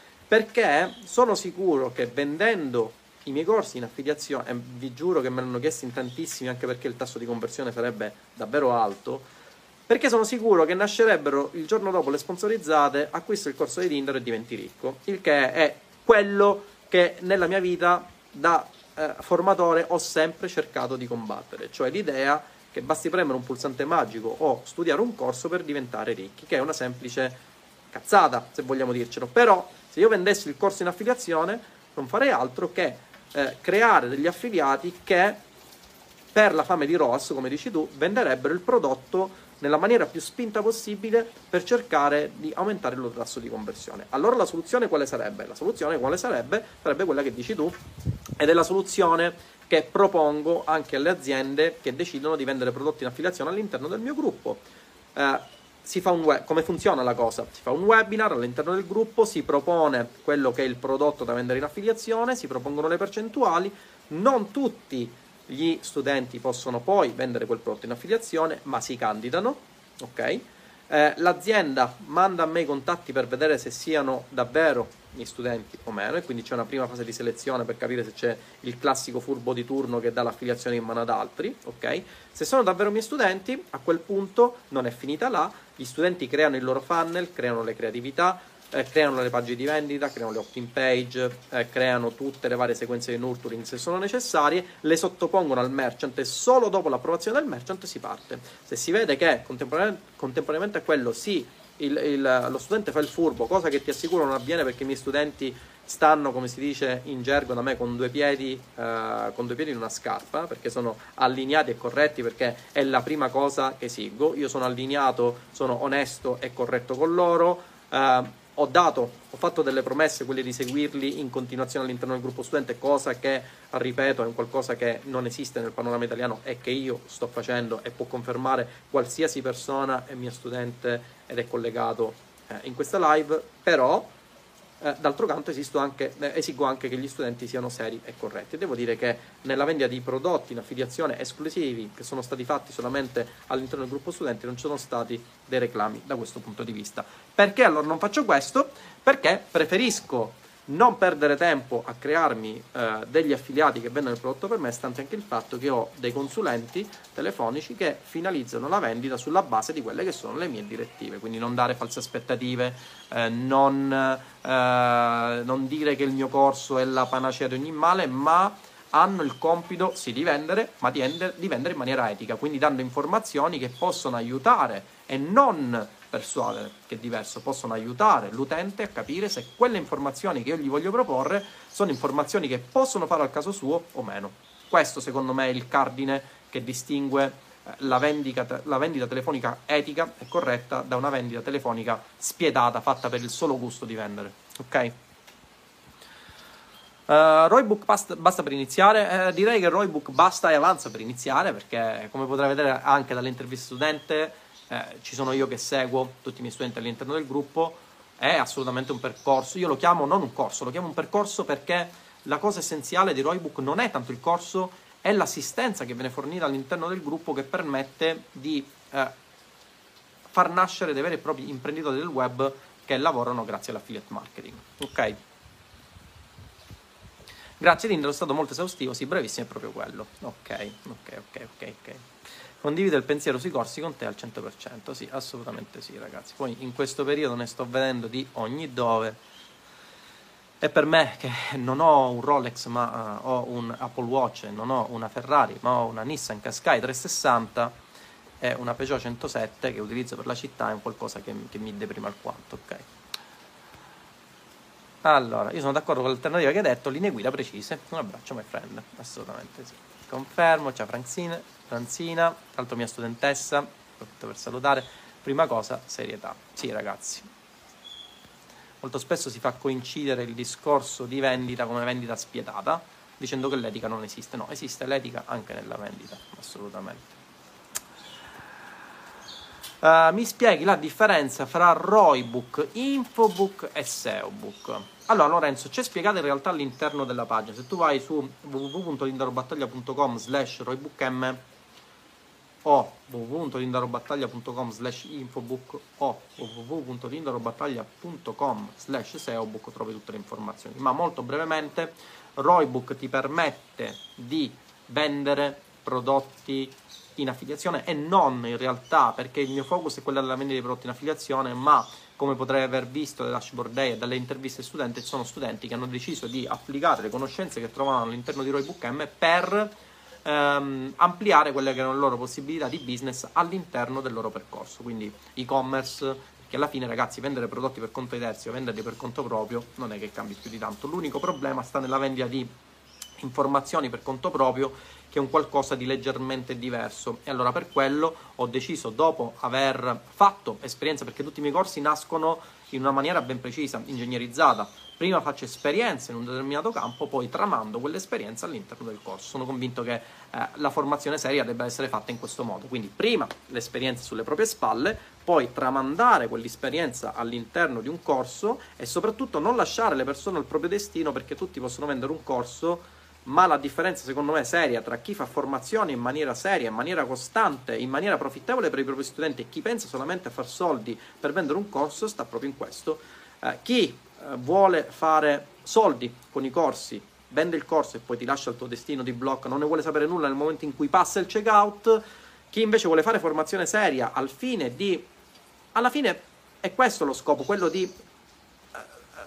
Perché sono sicuro che vendendo i miei corsi in affiliazione, e vi giuro che me l'hanno chiesto in tantissimi, anche perché il tasso di conversione sarebbe davvero alto, perché sono sicuro che nascerebbero il giorno dopo le sponsorizzate: acquisto il corso di Tinder e diventi ricco, il che è quello che nella mia vita da Eh, formatore ho sempre cercato di combattere, cioè l'idea che basti premere un pulsante magico o studiare un corso per diventare ricchi, che è una semplice cazzata, se vogliamo dircelo. Però se io vendessi il corso in affiliazione non farei altro che eh, creare degli affiliati che, per la fame di R O A S, come dici tu, venderebbero il prodotto nella maniera più spinta possibile per cercare di aumentare il loro tasso di conversione. Allora la soluzione quale sarebbe? La soluzione quale sarebbe? Sarebbe quella che dici tu, ed è la soluzione che propongo anche alle aziende che decidono di vendere prodotti in affiliazione all'interno del mio gruppo. Eh, si fa un web, come funziona la cosa? Si fa un webinar all'interno del gruppo, si propone quello che è il prodotto da vendere in affiliazione, si propongono le percentuali. Non tutti gli studenti possono poi vendere quel prodotto in affiliazione, ma si candidano, ok? Eh, l'azienda manda a me i contatti per vedere se siano davvero miei studenti o meno, e quindi c'è una prima fase di selezione per capire se c'è il classico furbo di turno che dà l'affiliazione in mano ad altri, ok? Se sono davvero miei studenti, a quel punto non è finita là, gli studenti creano il loro funnel, creano le creatività, eh, creano le pagine di vendita, creano le opt-in page, eh, creano tutte le varie sequenze di nurturing se sono necessarie, le sottopongono al merchant, e solo dopo l'approvazione del merchant si parte. Se si vede che contemporaneamente, contemporaneamente a quello sì, il, il, lo studente fa il furbo, cosa che ti assicuro non avviene, perché i miei studenti stanno, come si dice in gergo da me, con due piedi eh, con due piedi in una scarpa, perché sono allineati e corretti, perché è la prima cosa che esigo. Io sono allineato, sono onesto e corretto con loro, eh, ho dato, ho fatto delle promesse, quelle di seguirli in continuazione all'interno del gruppo studente, cosa che, ripeto, è un qualcosa che non esiste nel panorama italiano e che io sto facendo, e può confermare qualsiasi persona è mio studente ed è collegato eh, in questa live. Però eh, d'altro canto esisto anche, eh, esigo anche che gli studenti siano seri e corretti. Devo dire che nella vendita di prodotti in affiliazione esclusivi, che sono stati fatti solamente all'interno del gruppo studenti, non ci sono stati dei reclami da questo punto di vista. Perché allora non faccio questo? Perché preferisco non perdere tempo a crearmi eh, degli affiliati che vendono il prodotto per me, stante anche il fatto che ho dei consulenti telefonici che finalizzano la vendita sulla base di quelle che sono le mie direttive. Quindi non dare false aspettative, eh, non, eh, non dire che il mio corso è la panacea di ogni male, ma hanno il compito sì di vendere, ma di vendere, di vendere in maniera etica, quindi dando informazioni che possono aiutare e non persuadere, che è diverso, possono aiutare l'utente a capire se quelle informazioni che io gli voglio proporre sono informazioni che possono fare al caso suo o meno. Questo secondo me è il cardine che distingue la vendita, la vendita telefonica etica e corretta da una vendita telefonica spietata, fatta per il solo gusto di vendere. Ok? Uh, Roybook basta, basta per iniziare. Eh, direi che Roybook basta e avanza per iniziare, perché come potrai vedere anche dalle interviste studente, eh, ci sono io che seguo tutti i miei studenti all'interno del gruppo. È assolutamente un percorso, io lo chiamo non un corso, lo chiamo un percorso perché la cosa essenziale di Roybook non è tanto il corso, è l'assistenza che viene fornita all'interno del gruppo, che permette di eh, far nascere dei veri e propri imprenditori del web che lavorano grazie all'affiliate marketing. Ok? Grazie Tinder, è stato molto esaustivo, sì, brevissimo, è proprio quello. Ok, ok, ok, ok, ok. Condivido il pensiero sui corsi con te al cento per cento, sì, assolutamente sì, ragazzi. Poi in questo periodo ne sto vedendo di ogni dove. E per me, che non ho un Rolex, ma uh, ho un Apple Watch, non ho una Ferrari, ma ho una Nissan Qashqai trecentosessanta e una Peugeot centosette che utilizzo per la città, è un qualcosa che, che mi deprime alquanto, ok? Allora, io sono d'accordo con l'alternativa che hai detto, linee guida precise. Un abbraccio, my friend. Assolutamente sì. Confermo, ciao Francina, Franzina, alto mia studentessa, approfitto per salutare. Prima cosa, serietà. Sì, ragazzi. Molto spesso si fa coincidere il discorso di vendita come vendita spietata, dicendo che l'etica non esiste. No, esiste l'etica anche nella vendita, assolutamente. Uh, mi spieghi la differenza fra Roybook, Infobook e S E O Book? Allora Lorenzo, c'è spiegato in realtà all'interno della pagina. Se tu vai su w w w punto lindarobattaglia punto com slash roybookm o w w w punto lindarobattaglia punto com slash infobook o w w w punto lindarobattaglia punto com slash S E O Book trovi tutte le informazioni. Ma molto brevemente, Roybook ti permette di vendere prodotti in affiliazione, e non in realtà, perché il mio focus è quello della vendita di prodotti in affiliazione, ma come potrei aver visto dalle dashboard day e dalle interviste studenti, sono studenti che hanno deciso di applicare le conoscenze che trovano all'interno di Roybook M per ehm, ampliare quelle che erano le loro possibilità di business all'interno del loro percorso, quindi e-commerce, che alla fine, ragazzi, vendere prodotti per conto di terzi o venderli per conto proprio non è che cambi più di tanto. L'unico problema sta nella vendita di informazioni per conto proprio, che è un qualcosa di leggermente diverso, e allora per quello ho deciso, dopo aver fatto esperienza, perché tutti i miei corsi nascono in una maniera ben precisa, ingegnerizzata. Prima faccio esperienza in un determinato campo, poi tramando quell'esperienza all'interno del corso. Sono convinto che eh, la formazione seria debba essere fatta in questo modo, quindi prima l'esperienza sulle proprie spalle, poi tramandare quell'esperienza all'interno di un corso, e soprattutto non lasciare le persone al proprio destino, perché tutti possono vendere un corso, ma la differenza secondo me seria tra chi fa formazione in maniera seria, in maniera costante, in maniera profittevole per i propri studenti, e chi pensa solamente a far soldi per vendere un corso sta proprio in questo. Eh, chi eh, vuole fare soldi con i corsi, vende il corso e poi ti lascia il tuo destino, ti blocca, non ne vuole sapere nulla nel momento in cui passa il checkout. Chi invece vuole fare formazione seria al fine di, alla fine è questo lo scopo, quello di eh,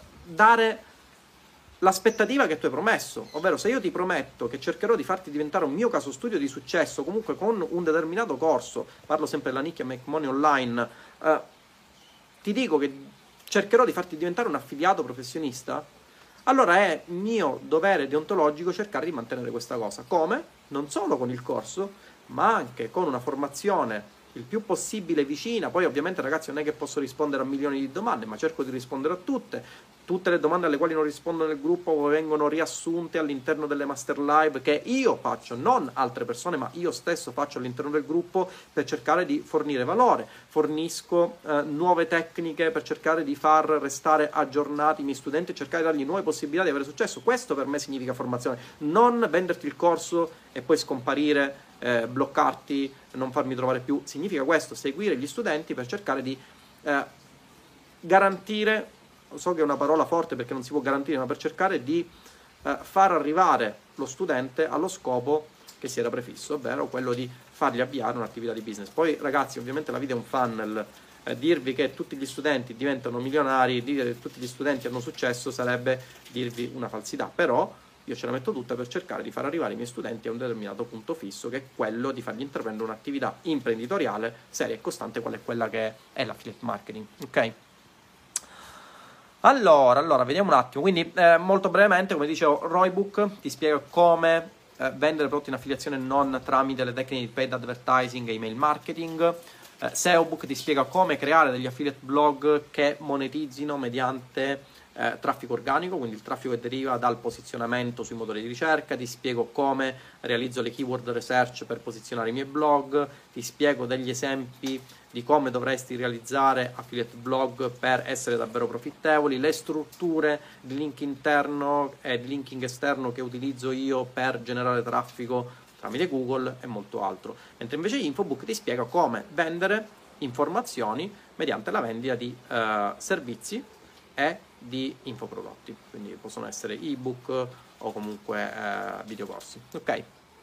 dare l'aspettativa che tu hai promesso, ovvero se io ti prometto che cercherò di farti diventare un mio caso studio di successo, comunque con un determinato corso, parlo sempre della nicchia Make Money Online, eh, ti dico che cercherò di farti diventare un affiliato professionista, allora è mio dovere deontologico cercare di mantenere questa cosa. Come? Non solo con il corso, ma anche con una formazione il più possibile vicina. Poi ovviamente, ragazzi, non è che posso rispondere a milioni di domande, ma cerco di rispondere a tutte. Tutte le domande alle quali non rispondo nel gruppo vengono riassunte all'interno delle master live che io faccio, non altre persone, ma io stesso faccio all'interno del gruppo, per cercare di fornire valore. Fornisco eh, nuove tecniche per cercare di far restare aggiornati i miei studenti e cercare di dargli nuove possibilità di avere successo. Questo per me significa formazione, non venderti il corso e poi scomparire, eh, bloccarti, non farmi trovare più. Significa questo, seguire gli studenti per cercare di eh, garantire, so che è una parola forte perché non si può garantire, ma per cercare di eh, far arrivare lo studente allo scopo che si era prefisso, ovvero quello di fargli avviare un'attività di business. Poi, ragazzi, ovviamente la vita è un funnel, eh, dirvi che tutti gli studenti diventano milionari, dire che tutti gli studenti hanno successo sarebbe dirvi una falsità, però io ce la metto tutta per cercare di far arrivare i miei studenti a un determinato punto fisso, che è quello di fargli intraprendere un'attività imprenditoriale seria e costante, qual è quella che è l'affiliate marketing, ok? Allora, allora, vediamo un attimo. Quindi, eh, molto brevemente, come dicevo, Roybook ti spiega come eh, vendere prodotti in affiliazione non tramite le tecniche di paid advertising e email marketing. Eh, SEObook ti spiega come creare degli affiliate blog che monetizzino mediante eh, traffico organico, quindi il traffico che deriva dal posizionamento sui motori di ricerca. Ti spiego come realizzo le keyword research per posizionare i miei blog. Ti spiego degli esempi di come dovresti realizzare affiliate blog per essere davvero profittevoli, le strutture di link interno e di linking esterno che utilizzo io per generare traffico tramite Google e molto altro. Mentre invece Infobook ti spiega come vendere informazioni mediante la vendita di eh, servizi e di infoprodotti, quindi possono essere ebook o comunque eh, videocorsi. Ok?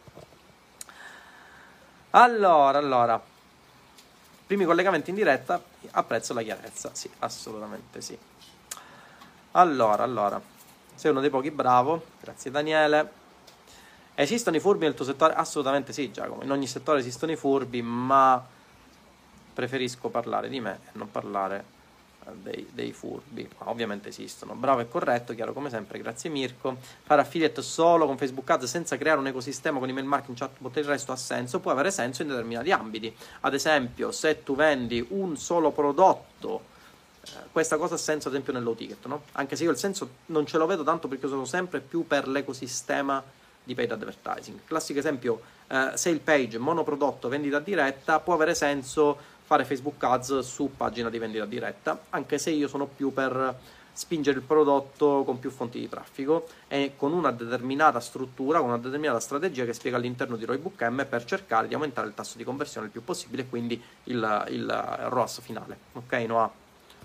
Allora, allora primi collegamenti in diretta, apprezzo la chiarezza, sì, assolutamente sì. Allora, allora, sei uno dei pochi bravo, grazie Daniele. Esistono i furbi nel tuo settore? Assolutamente sì, Giacomo, in ogni settore esistono i furbi, ma preferisco parlare di me e non parlare dei, dei furbi. Ma ovviamente esistono. Bravo e corretto, chiaro come sempre, grazie Mirko. Fare affiliate solo con Facebook Ads senza creare un ecosistema con email marketing, chatbot e il resto ha senso? Può avere senso in determinati ambiti. Ad esempio, se tu vendi un solo prodotto, eh, questa cosa ha senso ad esempio nel low ticket, no? Anche se io il senso non ce lo vedo tanto, perché sono sempre più per l'ecosistema di paid advertising. Classico esempio, eh, sale page, monoprodotto, vendita diretta, può avere senso fare Facebook Ads su pagina di vendita diretta, anche se io sono più per spingere il prodotto con più fonti di traffico e con una determinata struttura, con una determinata strategia che spiega all'interno di Roybook M, per cercare di aumentare il tasso di conversione il più possibile e quindi il, il R O A S finale. Ok, Noah?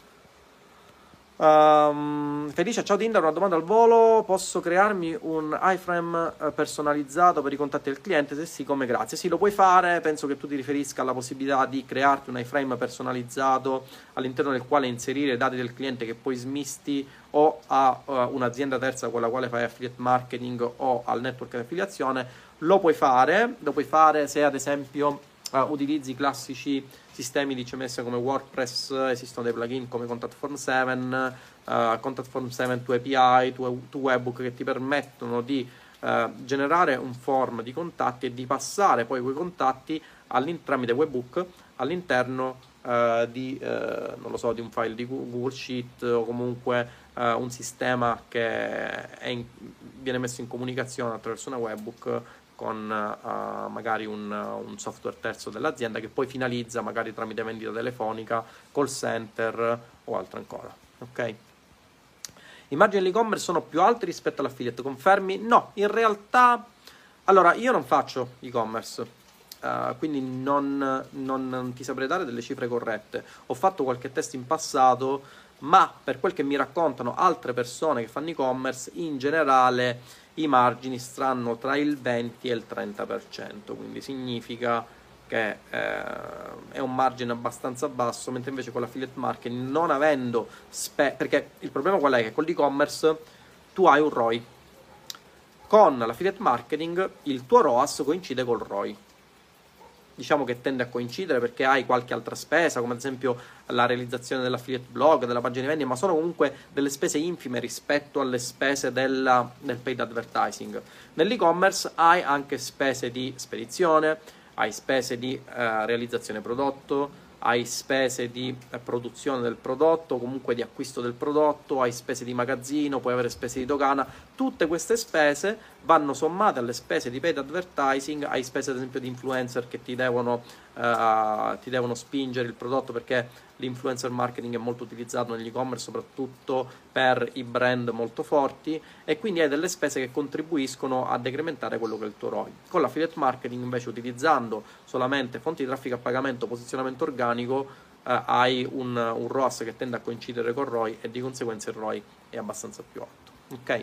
Um, Felice, ciao Tinder, una domanda al volo: posso crearmi un iframe personalizzato per i contatti del cliente? Se sì, come? Grazie. Sì, lo puoi fare. Penso che tu ti riferisca alla possibilità di crearti un iframe personalizzato all'interno del quale inserire i dati del cliente che poi smisti o a uh, un'azienda terza con la quale fai affiliate marketing o al network di affiliazione. Lo puoi fare, lo puoi fare se ad esempio uh, utilizzi i classici sistemi di C M S come WordPress. Esistono dei plugin come Contact Form sette, uh, Contact Form sette to A P I, to, to Webbook, che ti permettono di uh, generare un form di contatti e di passare poi quei contatti tramite Webbook all'interno uh, di, uh, non lo so, di un file di Google Sheet o comunque uh, un sistema che è in, viene messo in comunicazione attraverso una Webbook con uh, magari un, un software terzo dell'azienda, che poi finalizza magari tramite vendita telefonica, call center o altro ancora. Ok? I margini dell'e-commerce sono più alti rispetto all'affiliate, confermi? No, in realtà, allora, io non faccio e-commerce, uh, quindi non, non, non ti saprei dare delle cifre corrette. Ho fatto qualche test in passato, ma per quel che mi raccontano altre persone che fanno e-commerce, in generale i margini stanno tra il venti e il trenta per cento, quindi significa che eh, è un margine abbastanza basso, mentre invece con l'affiliate marketing, non avendo spe- perché il problema qual è? Che con l'e-commerce tu hai un R O I, con l'affiliate marketing il tuo R O A S coincide col R O I. Diciamo che tende a coincidere perché hai qualche altra spesa, come ad esempio la realizzazione dell'affiliate blog, della pagina di vendita, ma sono comunque delle spese infime rispetto alle spese della, del paid advertising. Nell'e-commerce hai anche spese di spedizione, hai spese di eh, realizzazione prodotto, hai spese di eh, produzione del prodotto, comunque di acquisto del prodotto, hai spese di magazzino, puoi avere spese di dogana. Tutte queste spese vanno sommate alle spese di paid advertising, hai spese ad esempio di influencer che ti devono, uh, ti devono spingere il prodotto, perché l'influencer marketing è molto utilizzato negli e-commerce, soprattutto per i brand molto forti, e quindi hai delle spese che contribuiscono a decrementare quello che è il tuo R O I. Con l'affiliate marketing invece, utilizzando solamente fonti di traffico a pagamento, posizionamento organico, eh, hai un, un R O A S che tende a coincidere con il R O I e di conseguenza il R O I è abbastanza più alto. Ok?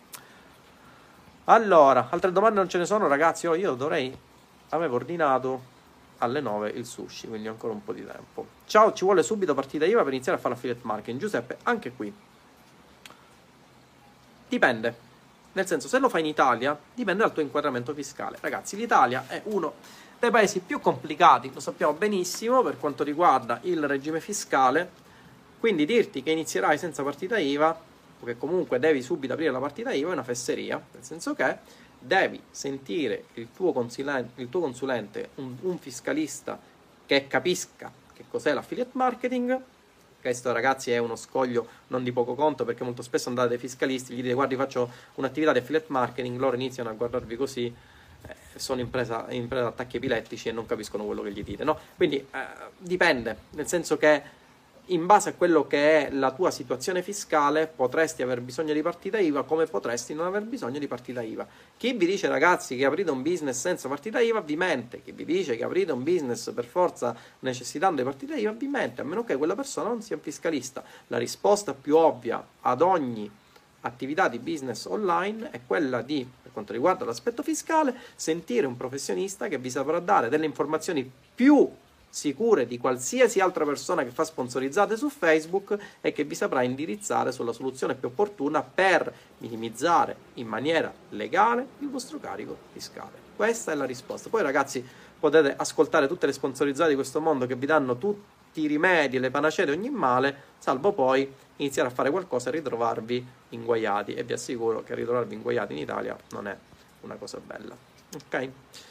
Allora, altre domande non ce ne sono, ragazzi. Oh, io dovrei, avevo ordinato alle nove il sushi, quindi ho ancora un po' di tempo. Ciao, ci vuole subito partita I V A per iniziare a fare affiliate marketing? Giuseppe, anche qui dipende. Nel senso, se lo fai in Italia, dipende dal tuo inquadramento fiscale. Ragazzi, l'Italia è uno dei paesi più complicati, lo sappiamo benissimo, per quanto riguarda il regime fiscale. Quindi dirti che inizierai senza partita I V A, o che comunque devi subito aprire la partita I V A, è una fesseria, nel senso che devi sentire il tuo consulente, il tuo consulente un, un fiscalista che capisca che cos'è l'affiliate marketing. Questo, ragazzi, è uno scoglio non di poco conto, perché molto spesso andate dai fiscalisti, gli dite guardi faccio un'attività di affiliate marketing, loro iniziano a guardarvi così, eh, sono in presa, in presa ad attacchi epilettici e non capiscono quello che gli dite, no? Quindi eh, dipende, nel senso che in base a quello che è la tua situazione fiscale potresti aver bisogno di partita I V A, come potresti non aver bisogno di partita I V A. Chi vi dice, ragazzi, che aprite un business senza partita I V A vi mente. Chi vi dice che aprite un business per forza necessitando di partita I V A vi mente, a meno che quella persona non sia un fiscalista. La risposta più ovvia ad ogni attività di business online è quella di, per quanto riguarda l'aspetto fiscale, sentire un professionista che vi saprà dare delle informazioni più sicure di qualsiasi altra persona che fa sponsorizzate su Facebook e che vi saprà indirizzare sulla soluzione più opportuna per minimizzare in maniera legale il vostro carico fiscale. Questa è la risposta. Poi, ragazzi, potete ascoltare tutte le sponsorizzate di questo mondo che vi danno tutti i rimedi e le panacee di ogni male, salvo poi iniziare a fare qualcosa e ritrovarvi inguaiati, e vi assicuro che ritrovarvi inguaiati in Italia non è una cosa bella. Ok?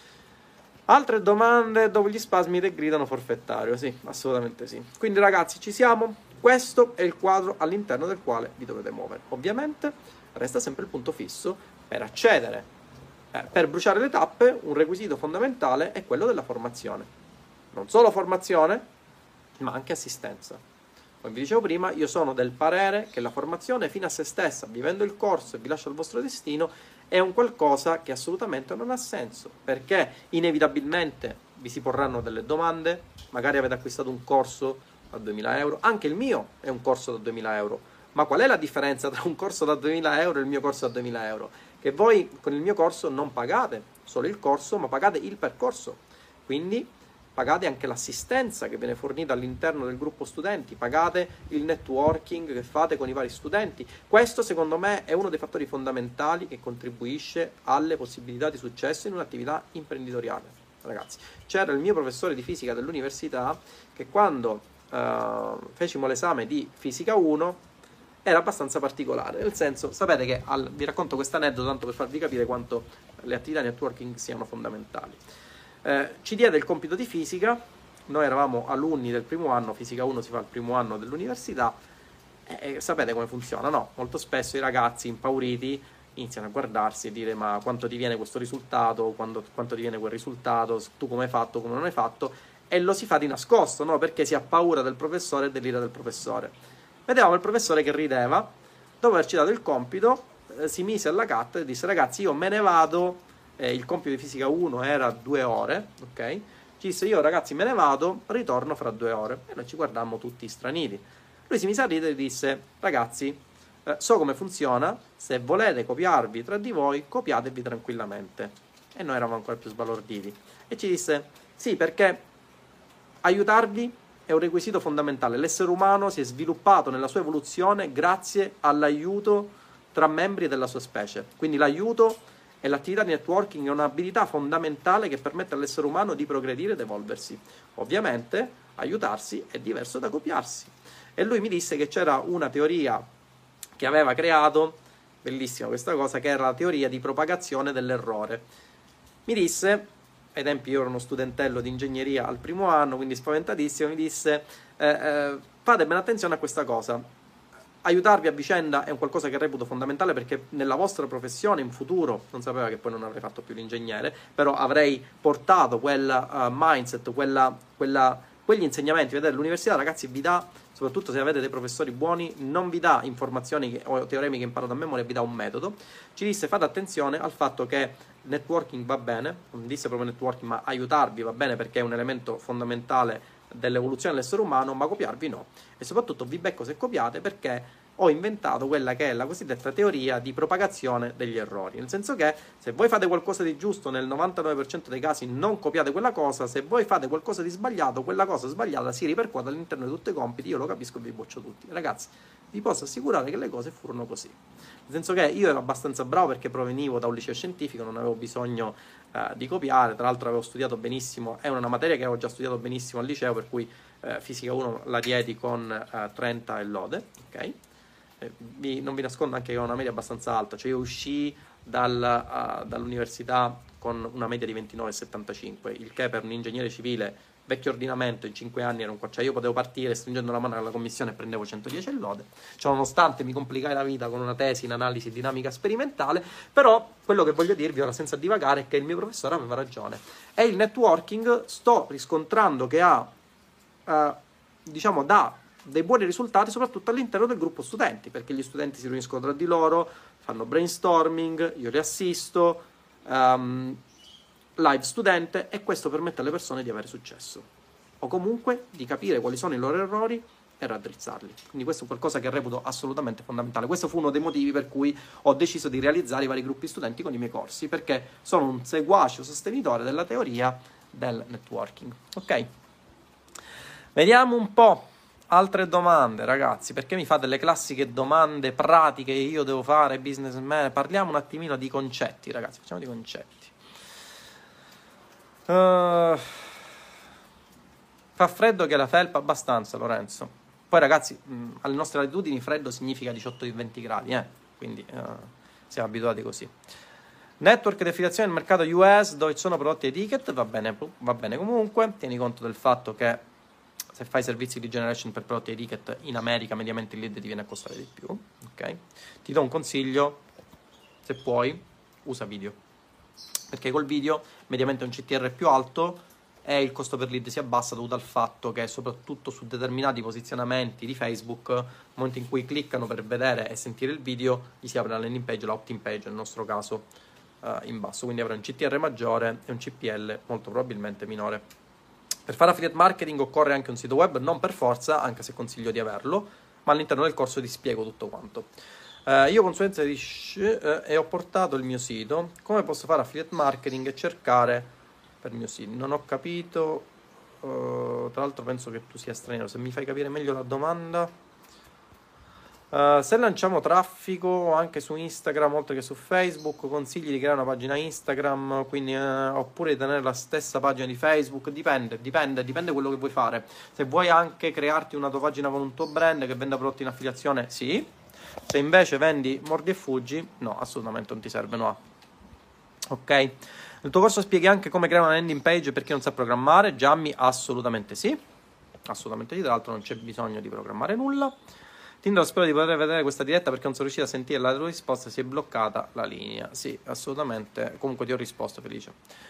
Altre domande dopo gli spasmi che gridano forfettario? Sì, assolutamente sì. Quindi, ragazzi, ci siamo. Questo è il quadro all'interno del quale vi dovete muovere. Ovviamente resta sempre il punto fisso per accedere. Eh, per bruciare le tappe, un requisito fondamentale è quello della formazione. Non solo formazione, ma anche assistenza. Come vi dicevo prima, io sono del parere che la formazione fino a se stessa, vivendo il corso e vi lascio al vostro destino, è un qualcosa che assolutamente non ha senso, perché inevitabilmente vi si porranno delle domande. Magari avete acquistato un corso da duemila euro, anche il mio è un corso da duemila euro, ma qual è la differenza tra un corso da duemila euro e il mio corso da duemila euro? Che voi con il mio corso non pagate solo il corso, ma pagate il percorso, quindi pagate anche l'assistenza che viene fornita all'interno del gruppo studenti, pagate il networking che fate con i vari studenti. Questo, secondo me, è uno dei fattori fondamentali che contribuisce alle possibilità di successo in un'attività imprenditoriale. Ragazzi, c'era il mio professore di fisica dell'università che quando uh, fecimo l'esame di fisica uno era abbastanza particolare, nel senso, sapete che, al, vi racconto questo aneddoto tanto per farvi capire quanto le attività di networking siano fondamentali. Eh, ci diede il compito di fisica, noi eravamo alunni del primo anno, fisica uno si fa il primo anno dell'università, e, e sapete come funziona, no? Molto spesso i ragazzi impauriti iniziano a guardarsi e dire ma quanto ti viene questo risultato, quando, quanto ti viene quel risultato, tu come hai fatto, come non hai fatto, e lo si fa di nascosto, no? Perché si ha paura del professore e dell'ira del professore. Vedevamo il professore che rideva, dopo averci dato il compito, eh, si mise alla cattedra e disse ragazzi io me ne vado. Eh, il compito di fisica uno era due ore, ok? Ci disse io ragazzi me ne vado, ritorno fra due ore. E noi ci guardammo tutti straniti. Lui si mise a ridere e disse ragazzi eh, so come funziona, se volete copiarvi tra di voi copiatevi tranquillamente. E noi eravamo ancora più sbalorditi e ci disse sì, perché aiutarvi è un requisito fondamentale. L'essere umano si è sviluppato nella sua evoluzione grazie all'aiuto tra membri della sua specie, quindi l'aiuto e l'attività di networking è un'abilità fondamentale che permette all'essere umano di progredire ed evolversi. Ovviamente aiutarsi è diverso da copiarsi. E lui mi disse che c'era una teoria che aveva creato, bellissima questa cosa, che era la teoria di propagazione dell'errore. Mi disse, ai tempi io ero uno studentello di ingegneria al primo anno, quindi spaventatissimo, mi disse eh, eh, fate bene attenzione a questa cosa. Aiutarvi a vicenda è un qualcosa che reputo fondamentale perché nella vostra professione in futuro, non sapeva che poi non avrei fatto più l'ingegnere, però avrei portato quel uh, mindset, quella, quella, quegli insegnamenti. Vedete, l'università, ragazzi, vi dà, soprattutto se avete dei professori buoni, non vi dà informazioni che, o teoremi che imparate a memoria, vi dà un metodo. Ci disse fate attenzione al fatto che networking va bene, non disse proprio networking, ma aiutarvi va bene perché è un elemento fondamentale dell'evoluzione dell'essere umano, ma copiarvi no. E soprattutto vi becco se copiate perché ho inventato quella che è la cosiddetta teoria di propagazione degli errori, nel senso che se voi fate qualcosa di giusto nel novantanove per cento dei casi non copiate quella cosa, se voi fate qualcosa di sbagliato quella cosa sbagliata si ripercuote all'interno di tutti i compiti, io lo capisco e vi boccio tutti. Ragazzi, vi posso assicurare che le cose furono così, nel senso che io ero abbastanza bravo perché provenivo da un liceo scientifico, non avevo bisogno eh, di copiare, tra l'altro avevo studiato benissimo, è una materia che avevo già studiato benissimo al liceo, per cui eh, fisica uno la diedi con eh, trenta e lode, ok? Vi, non vi nascondo anche che ho una media abbastanza alta, cioè io uscii dal, uh, dall'università con una media di ventinove virgola settantacinque, il che per un ingegnere civile vecchio ordinamento in cinque anni era un qua, cioè io potevo partire stringendo la mano alla commissione e prendevo centodieci e lode, cioè nonostante mi complicai la vita con una tesi in analisi dinamica sperimentale, però quello che voglio dirvi ora senza divagare è che il mio professore aveva ragione e il networking sto riscontrando che ha uh, diciamo da dei buoni risultati soprattutto all'interno del gruppo studenti, perché gli studenti si riuniscono tra di loro, fanno brainstorming, io li assisto, um, live studente, e questo permette alle persone di avere successo o comunque di capire quali sono i loro errori e raddrizzarli. Quindi questo è qualcosa che reputo assolutamente fondamentale. Questo fu uno dei motivi per cui ho deciso di realizzare i vari gruppi studenti con i miei corsi, perché sono un seguace o sostenitore della teoria del networking. Ok, vediamo un po' altre domande, ragazzi, perché mi fate le classiche domande pratiche che io devo fare, businessman? Parliamo un attimino di concetti, ragazzi, facciamo di concetti. Uh, fa freddo che la felpa? Abbastanza, Lorenzo. Poi, ragazzi, mh, alle nostre latitudini freddo significa diciotto venti gradi, eh? Quindi uh, siamo abituati così. Network di affiliazione nel mercato U S dove ci sono prodotti etiquette, va bene, va bene comunque, tieni conto del fatto che se fai servizi di generation per prodotti etiquette in America mediamente il lead ti viene a costare di più, ok? Ti do un consiglio, se puoi, usa video, perché col video mediamente un C T R più alto e il costo per lead si abbassa dovuto al fatto che soprattutto su determinati posizionamenti di Facebook, nel momento in cui cliccano per vedere e sentire il video, gli si apre la landing page, la opt-in page nel nostro caso uh, in basso, quindi avrai un C T R maggiore e un C P L molto probabilmente minore. Per fare affiliate marketing occorre anche un sito web, non per forza, anche se consiglio di averlo, ma all'interno del corso ti spiego tutto quanto. Uh, io consulenza di Sh uh, e ho portato il mio sito. Come posso fare affiliate marketing e cercare per il mio sito? Non ho capito, uh, tra l'altro penso che tu sia straniero, se mi fai capire meglio la domanda. Uh, se lanciamo traffico anche su Instagram oltre che su Facebook, consigli di creare una pagina Instagram, quindi uh, oppure di tenere la stessa pagina di Facebook? Dipende, dipende, dipende quello che vuoi fare. Se vuoi anche crearti una tua pagina con un tuo brand che venda prodotti in affiliazione, sì. Se invece vendi mordi e fuggi, no, assolutamente non ti serve, no. Ok? Nel tuo corso spieghi anche come creare una landing page per chi non sa programmare? Giammi, assolutamente sì. Assolutamente sì, tra l'altro non c'è bisogno di programmare nulla. Tinder, spero di poter vedere questa diretta perché non sono riuscito a sentire la tua risposta, si è bloccata la linea. Sì, assolutamente. Comunque ti ho risposto, Felice.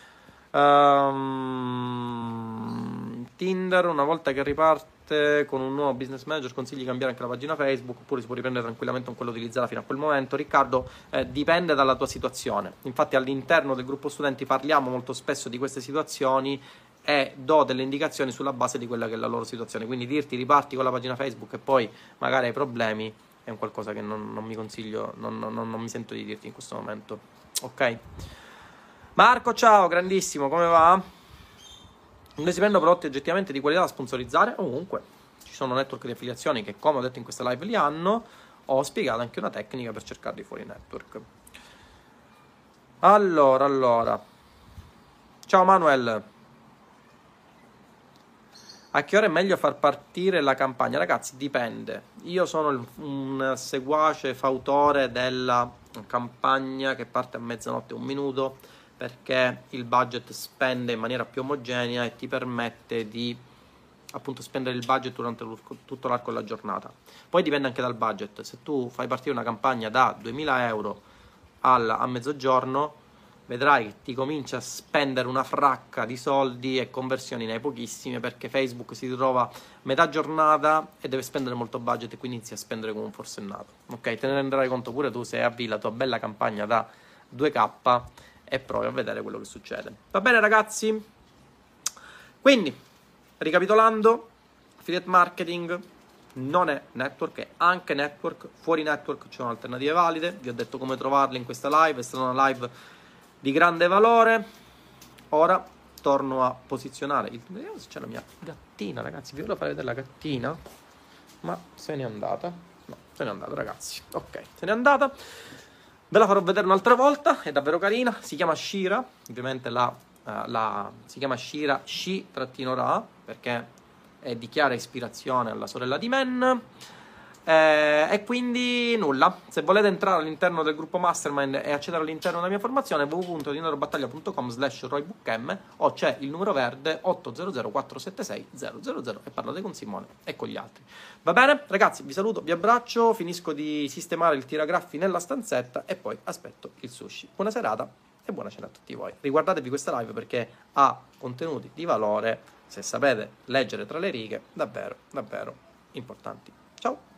Um, Tinder, una volta che riparte con un nuovo business manager, consigli di cambiare anche la pagina Facebook oppure si può riprendere tranquillamente con quello utilizzata fino a quel momento? Riccardo, eh, dipende dalla tua situazione. Infatti all'interno del gruppo studenti parliamo molto spesso di queste situazioni e do delle indicazioni sulla base di quella che è la loro situazione, quindi dirti riparti con la pagina Facebook e poi magari hai problemi è un qualcosa che non, non mi consiglio, non, non, non mi sento di dirti in questo momento. Ok, Marco, ciao, grandissimo, come va? Non si prendono prodotti oggettivamente di qualità da sponsorizzare? Ovunque ci sono network di affiliazioni che, come ho detto in questa live, li hanno. Ho spiegato anche una tecnica per cercarli fuori network. Allora, allora ciao Manuel, a che ora è meglio far partire la campagna? Ragazzi, dipende. Io sono un seguace, fautore della campagna che parte a mezzanotte e un minuto, perché il budget spende in maniera più omogenea e ti permette di appunto spendere il budget durante tutto l'arco della giornata. Poi dipende anche dal budget. Se tu fai partire una campagna da duemila euro al, a mezzogiorno, vedrai che ti comincia a spendere una fracca di soldi e conversioni ne hai pochissime, perché Facebook si trova metà giornata e deve spendere molto budget e quindi inizi a spendere come un forsennato. Ok, te ne renderai conto pure tu se avvii la tua bella campagna da due K e provi a vedere quello che succede. Va bene, ragazzi? Quindi, ricapitolando, affiliate marketing non è network, è anche network. Fuori network ci sono alternative valide, vi ho detto come trovarle in questa live, è stata una live di grande valore. Ora torno a posizionare il... Vediamo se c'è la mia gattina, ragazzi, vi voglio fare vedere la gattina, ma se n'è andata, no, se n'è andata, ragazzi, ok, se n'è andata, ve la farò vedere un'altra volta, è davvero carina, si chiama Shira, ovviamente la, uh, la si chiama Shira Shi-Ra, perché è di chiara ispirazione alla sorella di Men. Eh, e quindi nulla, se volete entrare all'interno del gruppo Mastermind e accedere all'interno della mia formazione, w w w punto dindarobattaglia punto com slash roybookm, o c'è il numero verde otto zero zero quattro sette sei zero zero zero e parlate con Simone e con gli altri. Va bene? Ragazzi, vi saluto, vi abbraccio, finisco di sistemare il tiragraffi nella stanzetta e poi aspetto il sushi. Buona serata e buona cena a tutti voi. Riguardatevi questa live perché ha contenuti di valore, se sapete leggere tra le righe, davvero, davvero importanti. Ciao!